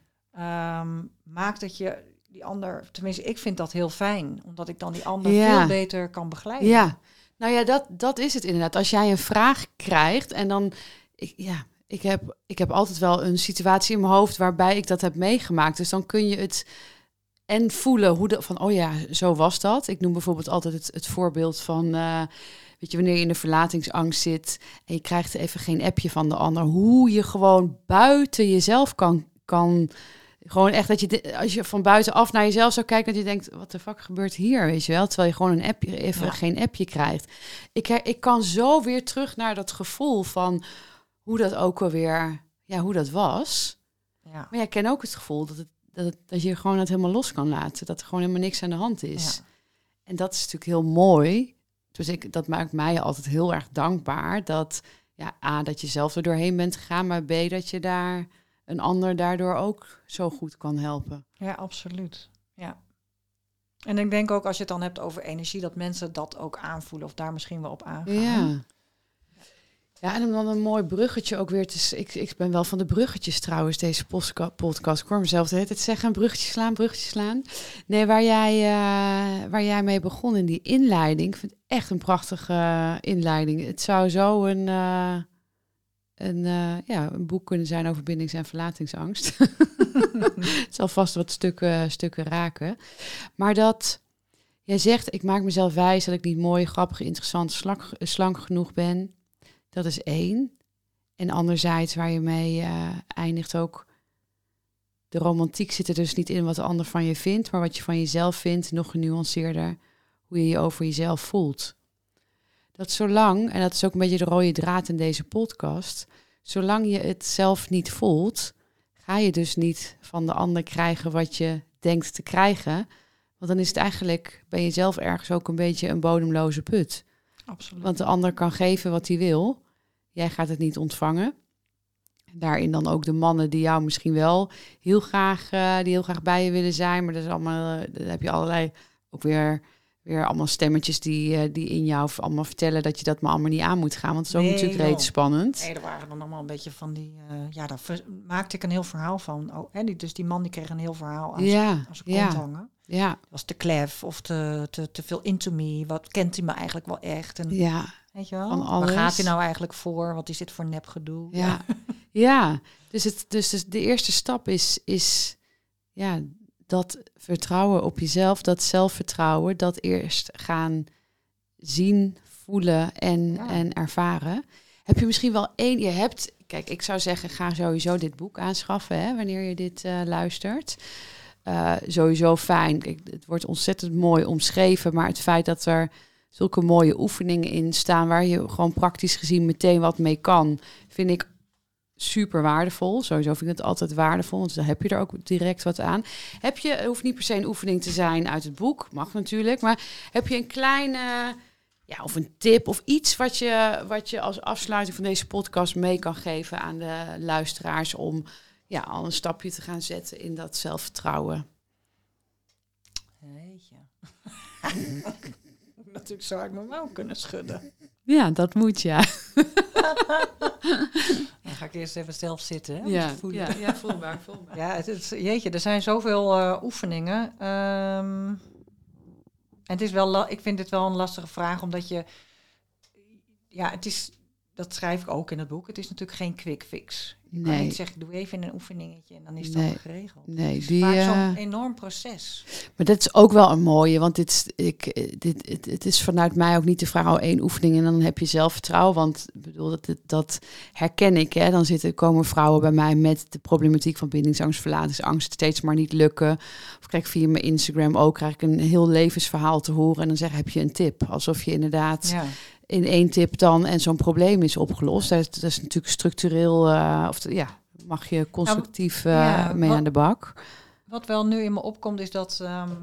Speaker 2: maakt dat je die ander... Tenminste, ik vind dat heel fijn. Omdat ik dan die ander veel beter kan begeleiden.
Speaker 1: Ja, nou ja, dat is het inderdaad. Als jij een vraag krijgt en dan... Ik heb altijd wel een situatie in mijn hoofd waarbij ik dat heb meegemaakt. Dus dan kun je het en voelen van, oh ja, zo was dat. Ik noem bijvoorbeeld altijd het voorbeeld van, weet je, wanneer je in de verlatingsangst zit en je krijgt even geen appje van de ander. Hoe je gewoon buiten jezelf kan gewoon echt dat je, als je van buitenaf naar jezelf zou kijken, dat je denkt, wat de fuck gebeurt hier, weet je wel? Terwijl je gewoon een appje, even geen appje krijgt. Ik kan zo weer terug naar dat gevoel van hoe dat ook alweer, hoe dat was. Ja. Maar jij kent ook het gevoel dat je gewoon het helemaal los kan laten. Dat er gewoon helemaal niks aan de hand is. Ja. En dat is natuurlijk heel mooi. Dus dat maakt mij altijd heel erg dankbaar. Dat, A, dat je zelf er doorheen bent gegaan. Maar B, dat je daar een ander daardoor ook zo goed kan helpen.
Speaker 2: Ja, absoluut. Ja. En ik denk ook als je het dan hebt over energie, dat mensen dat ook aanvoelen of daar misschien wel op aangaan.
Speaker 1: Ja. Ja, en om dan een mooi bruggetje ook weer te... Ik ben wel van de bruggetjes trouwens, deze podcast. Ik hoor mezelf de hele tijd zeggen, bruggetjes slaan. Nee, waar jij mee begon in die inleiding. Ik vind het echt een prachtige inleiding. Het zou zo een boek kunnen zijn over bindings- en verlatingsangst. Het zal vast wat stukken raken. Maar dat jij zegt, ik maak mezelf wijs dat ik niet mooi, grappig, interessant, slank genoeg ben. Dat is 1. En anderzijds waar je mee eindigt ook, de romantiek zit er dus niet in wat de ander van je vindt, maar wat je van jezelf vindt, nog genuanceerder, hoe je je over jezelf voelt. Dat zolang, en dat is ook een beetje de rode draad in deze podcast, zolang je het zelf niet voelt, ga je dus niet van de ander krijgen wat je denkt te krijgen. Want dan is het eigenlijk, ben je zelf ergens ook een beetje een bodemloze put.
Speaker 2: Absoluut.
Speaker 1: Want de ander kan geven wat hij wil. Jij gaat het niet ontvangen. Daarin dan ook de mannen die jou misschien wel heel graag bij je willen zijn. Maar dat is allemaal, dan heb je allerlei ook weer allemaal stemmetjes die in jou allemaal vertellen dat je dat maar allemaal niet aan moet gaan. Want het is ook natuurlijk reeds spannend.
Speaker 2: Nee, er waren dan allemaal een beetje van die... daar maakte ik een heel verhaal van. Oh, dus die man die kreeg een heel verhaal aan zijn kont hangen.
Speaker 1: Ja.
Speaker 2: Het was te klef of te veel into me. Wat kent hij me eigenlijk wel echt? En, weet je wel? Waar gaat hij nou eigenlijk voor? Wat is dit voor nepgedoe?
Speaker 1: Ja, ja. Dus de eerste stap is dat vertrouwen op jezelf, dat zelfvertrouwen, dat eerst gaan zien, voelen en ervaren. Heb je misschien wel kijk, ik zou zeggen, ga sowieso dit boek aanschaffen, hè, wanneer je dit luistert. Sowieso fijn. Kijk, het wordt ontzettend mooi omschreven, maar het feit dat er zulke mooie oefeningen in staan waar je gewoon praktisch gezien meteen wat mee kan, vind ik super waardevol. Sowieso vind ik het altijd waardevol, want dan heb je er ook direct wat aan. Het hoeft niet per se een oefening te zijn uit het boek, mag natuurlijk, maar heb je een kleine, of een tip of iets wat je als afsluiting van deze podcast mee kan geven aan de luisteraars om al een stapje te gaan zetten in dat zelfvertrouwen?
Speaker 2: Jeetje. Natuurlijk zou ik mijn mouw kunnen schudden.
Speaker 1: Ja, dat moet, ja.
Speaker 2: Dan ga ik eerst even zelf zitten. Hè,
Speaker 1: ja, voelbaar.
Speaker 2: Ja, jeetje, er zijn zoveel oefeningen. En het is ik vind het wel een lastige vraag, omdat je... Ja, het is... Dat schrijf ik ook in het boek. Het is natuurlijk geen quick fix. Je kan niet zeggen, doe even een oefeningetje en dan is het al geregeld.
Speaker 1: Nee,
Speaker 2: het is vaak zo'n enorm proces. Maar
Speaker 1: dat is ook wel een mooie, want het is vanuit mij ook niet de vraag, 1 oefening en dan heb je zelfvertrouwen. Want ik bedoel, dat herken ik. Hè. Dan komen vrouwen bij mij met de problematiek van bindingsangst, verlatingsangst, steeds maar niet lukken. Of krijg ik via mijn Instagram ook een heel levensverhaal te horen en dan zeg heb je een tip. Alsof je inderdaad... Ja. In 1 tip dan en zo'n probleem is opgelost. Dat is natuurlijk structureel, mag je constructief mee aan de bak.
Speaker 2: Wat wel nu in me opkomt is dat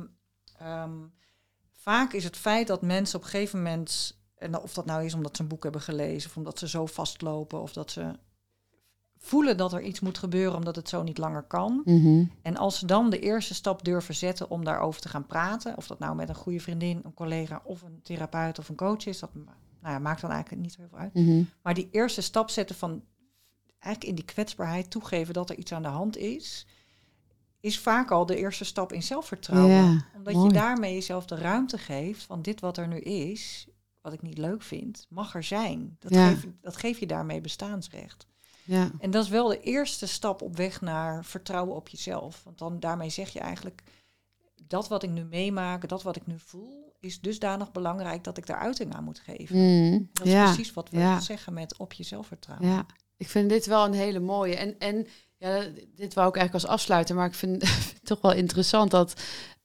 Speaker 2: vaak is het feit dat mensen op een gegeven moment, en of dat nou is omdat ze een boek hebben gelezen of omdat ze zo vastlopen of dat ze voelen dat er iets moet gebeuren omdat het zo niet langer kan.
Speaker 1: Mm-hmm.
Speaker 2: En als ze dan de eerste stap durven zetten om daarover te gaan praten, of dat nou met een goede vriendin, een collega of een therapeut of een coach is, dat maakt dan eigenlijk niet zo heel veel uit.
Speaker 1: Mm-hmm.
Speaker 2: Maar die eerste stap zetten van eigenlijk in die kwetsbaarheid toegeven dat er iets aan de hand is vaak al de eerste stap in zelfvertrouwen.
Speaker 1: Ja,
Speaker 2: omdat
Speaker 1: mooi.
Speaker 2: Je daarmee jezelf de ruimte geeft van dit wat er nu is, wat ik niet leuk vind, mag er zijn. Dat geef je daarmee bestaansrecht.
Speaker 1: Ja.
Speaker 2: En dat is wel de eerste stap op weg naar vertrouwen op jezelf. Want daarmee zeg je eigenlijk, dat wat ik nu meemaak, dat wat ik nu voel, is dusdanig belangrijk dat ik daar uiting aan moet geven. Dat is precies wat we zeggen met op jezelf vertrouwen.
Speaker 1: Ja, ik vind dit wel een hele mooie. En dit wou ik eigenlijk als afsluiter, maar ik vind het toch wel interessant dat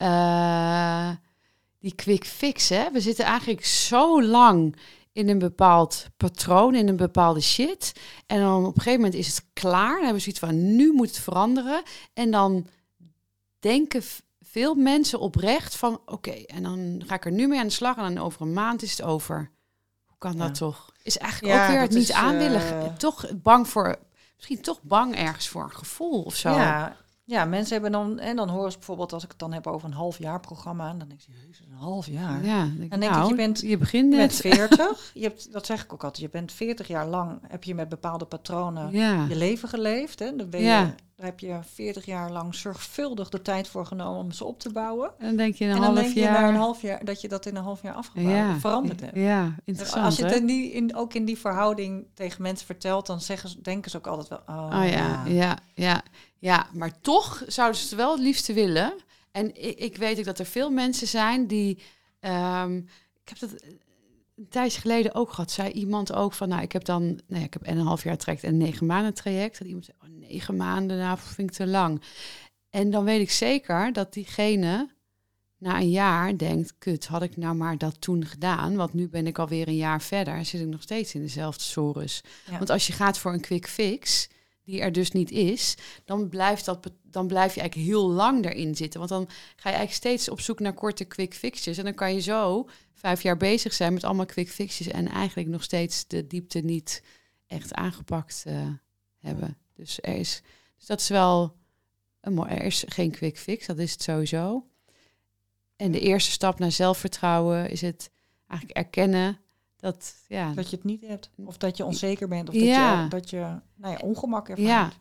Speaker 1: die quick fix, hè, we zitten eigenlijk zo lang in een bepaald patroon, in een bepaalde shit. En dan op een gegeven moment is het klaar. Dan hebben we zoiets van, nu moet het veranderen. En dan denken veel mensen oprecht van, oké, en dan ga ik er nu mee aan de slag. En dan over een maand is het over. Hoe kan dat toch? Is eigenlijk ook weer het niet aan willen. Misschien toch bang ergens voor een gevoel of zo.
Speaker 2: Ja, mensen hebben dan... En dan horen ze bijvoorbeeld, als ik het dan heb over een halfjaar programma, dan denk je, jezus, een half jaar.
Speaker 1: Ja,
Speaker 2: dan denk
Speaker 1: je begint net.
Speaker 2: 40. Dat zeg ik ook altijd. Je bent 40 jaar lang, heb je met bepaalde patronen je leven geleefd. Hè? Daar heb je 40 jaar lang zorgvuldig de tijd voor genomen om ze op te bouwen.
Speaker 1: En dan denk je
Speaker 2: na een half jaar dat je dat in een half jaar afgebouwd veranderd hebt.
Speaker 1: Ja, interessant.
Speaker 2: Als je het ook in die verhouding tegen mensen vertelt, dan denken ze ook altijd wel,
Speaker 1: Ja, maar toch zouden ze het wel het liefste willen. En ik weet ook dat er veel mensen zijn die... ik heb dat een tijdje geleden ook gehad. Zei iemand ook van, ik heb 1,5 jaar traject en 9 maanden traject. Dat iemand zei, 9 maanden, vind ik te lang. En dan weet ik zeker dat diegene na een jaar denkt, kut, had ik nou maar dat toen gedaan? Want nu ben ik alweer een jaar verder en zit ik nog steeds in dezelfde sores. Ja. Want als je gaat voor een quick fix, die er dus niet is, dan blijf je eigenlijk heel lang erin zitten. Want dan ga je eigenlijk steeds op zoek naar korte quick fixes. En dan kan je zo 5 jaar bezig zijn met allemaal quick fixes en eigenlijk nog steeds de diepte niet echt aangepakt hebben. Dus dat is wel er is geen quick fix, dat is het sowieso. En de eerste stap naar zelfvertrouwen is het eigenlijk erkennen dat je
Speaker 2: het niet hebt. Of dat je onzeker bent. Of dat je ongemak ervaart.
Speaker 1: Ja.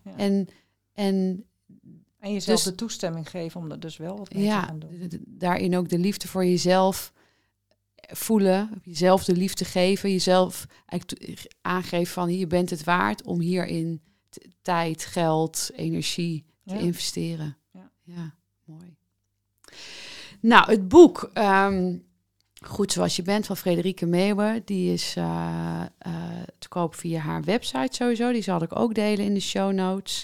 Speaker 1: En
Speaker 2: jezelf dus de toestemming geven om er dus wel wat mee te gaan doen.
Speaker 1: Daarin ook de liefde voor jezelf voelen. Jezelf de liefde geven. Jezelf eigenlijk aangeven van je bent het waard om hierin tijd, geld, energie te investeren. Ja, mooi. Nou, het boek Goed Zoals Je Bent van Frederike Meeuwen, die is te koop via haar website sowieso. Die zal ik ook delen in de show notes.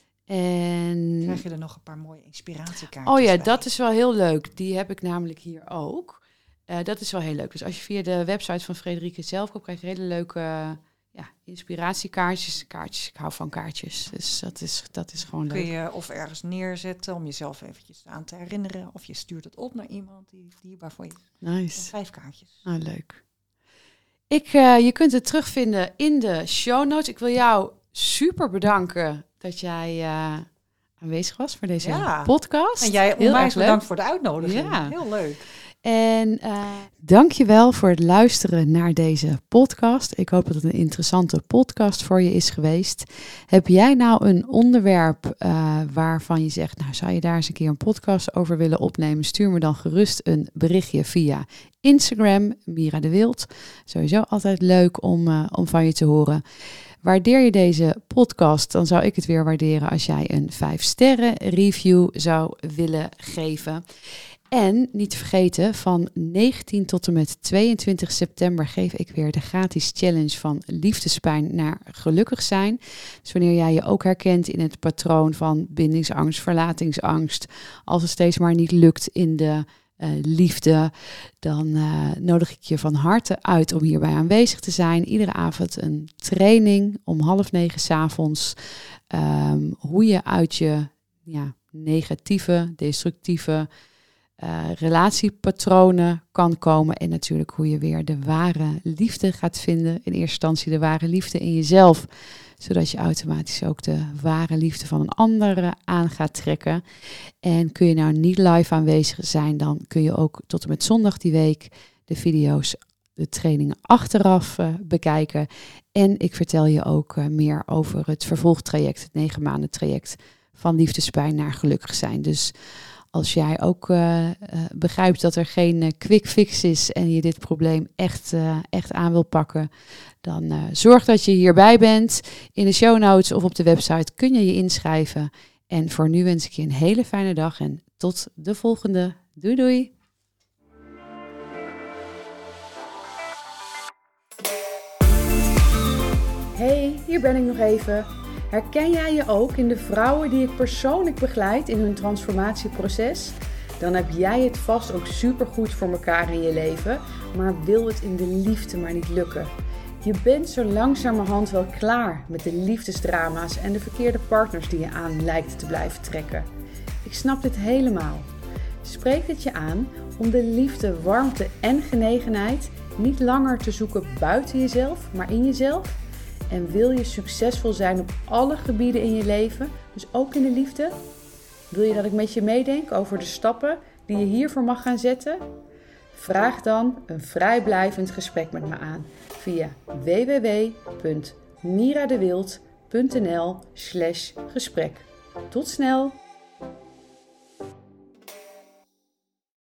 Speaker 1: En
Speaker 2: krijg je er nog een paar mooie inspiratiekaartjes bij.
Speaker 1: Dat is wel heel leuk. Die heb ik namelijk hier ook. Dat is wel heel leuk. Dus als je via de website van Frederike zelf koopt, krijg je hele leuke inspiratiekaartjes. Ik hou van kaartjes. Dus dat is gewoon leuk.
Speaker 2: Kun je of ergens neerzetten om jezelf eventjes aan te herinneren. Of je stuurt het op naar iemand die dierbaar voor je is.
Speaker 1: Nice.
Speaker 2: 5 kaartjes.
Speaker 1: Leuk. Je kunt het terugvinden in de show notes. Ik wil jou super bedanken dat jij aanwezig was voor deze podcast.
Speaker 2: En jij onwijs bedankt voor de uitnodiging. Ja. Heel leuk.
Speaker 1: En dank je wel voor het luisteren naar deze podcast. Ik hoop dat het een interessante podcast voor je is geweest. Heb jij nou een onderwerp waarvan je zegt, nou zou je daar eens een keer een podcast over willen opnemen? Stuur me dan gerust een berichtje via Instagram, Mira de Wild. Sowieso altijd leuk om van je te horen. Waardeer je deze podcast, dan zou ik het weer waarderen als jij een 5-sterren review zou willen geven. En niet te vergeten, van 19 tot en met 22 september geef ik weer de gratis challenge van liefdespijn naar gelukkig zijn. Dus wanneer jij je ook herkent in het patroon van bindingsangst, verlatingsangst, als het steeds maar niet lukt in de liefde, dan nodig ik je van harte uit om hierbij aanwezig te zijn. Iedere avond een training om 8:30 s'avonds. Hoe je uit je negatieve, destructieve relatiepatronen kan komen. En natuurlijk hoe je weer de ware liefde gaat vinden. In eerste instantie de ware liefde in jezelf. Zodat je automatisch ook de ware liefde van een ander aan gaat trekken. En kun je nou niet live aanwezig zijn, dan kun je ook tot en met zondag die week de video's, de trainingen achteraf bekijken. En ik vertel je ook meer over het vervolgtraject, het 9 maanden traject van liefdespijn naar gelukkig zijn. Dus als jij ook begrijpt dat er geen quick fix is en je dit probleem echt aan wil pakken, dan zorg dat je hierbij bent. In de show notes of op de website kun je je inschrijven. En voor nu wens ik je een hele fijne dag en tot de volgende. Doei doei! Hey, hier ben ik nog even. Herken jij je ook in de vrouwen die ik persoonlijk begeleid in hun transformatieproces? Dan heb jij het vast ook supergoed voor elkaar in je leven, maar wil het in de liefde maar niet lukken. Je bent zo langzamerhand wel klaar met de liefdesdrama's en de verkeerde partners die je aan lijkt te blijven trekken. Ik snap dit helemaal. Spreek het je aan om de liefde, warmte en genegenheid niet langer te zoeken buiten jezelf, maar in jezelf? En wil je succesvol zijn op alle gebieden in je leven, dus ook in de liefde? Wil je dat ik met je meedenk over de stappen die je hiervoor mag gaan zetten? Vraag dan een vrijblijvend gesprek met me aan via www.miradewild.nl/gesprek. Tot snel!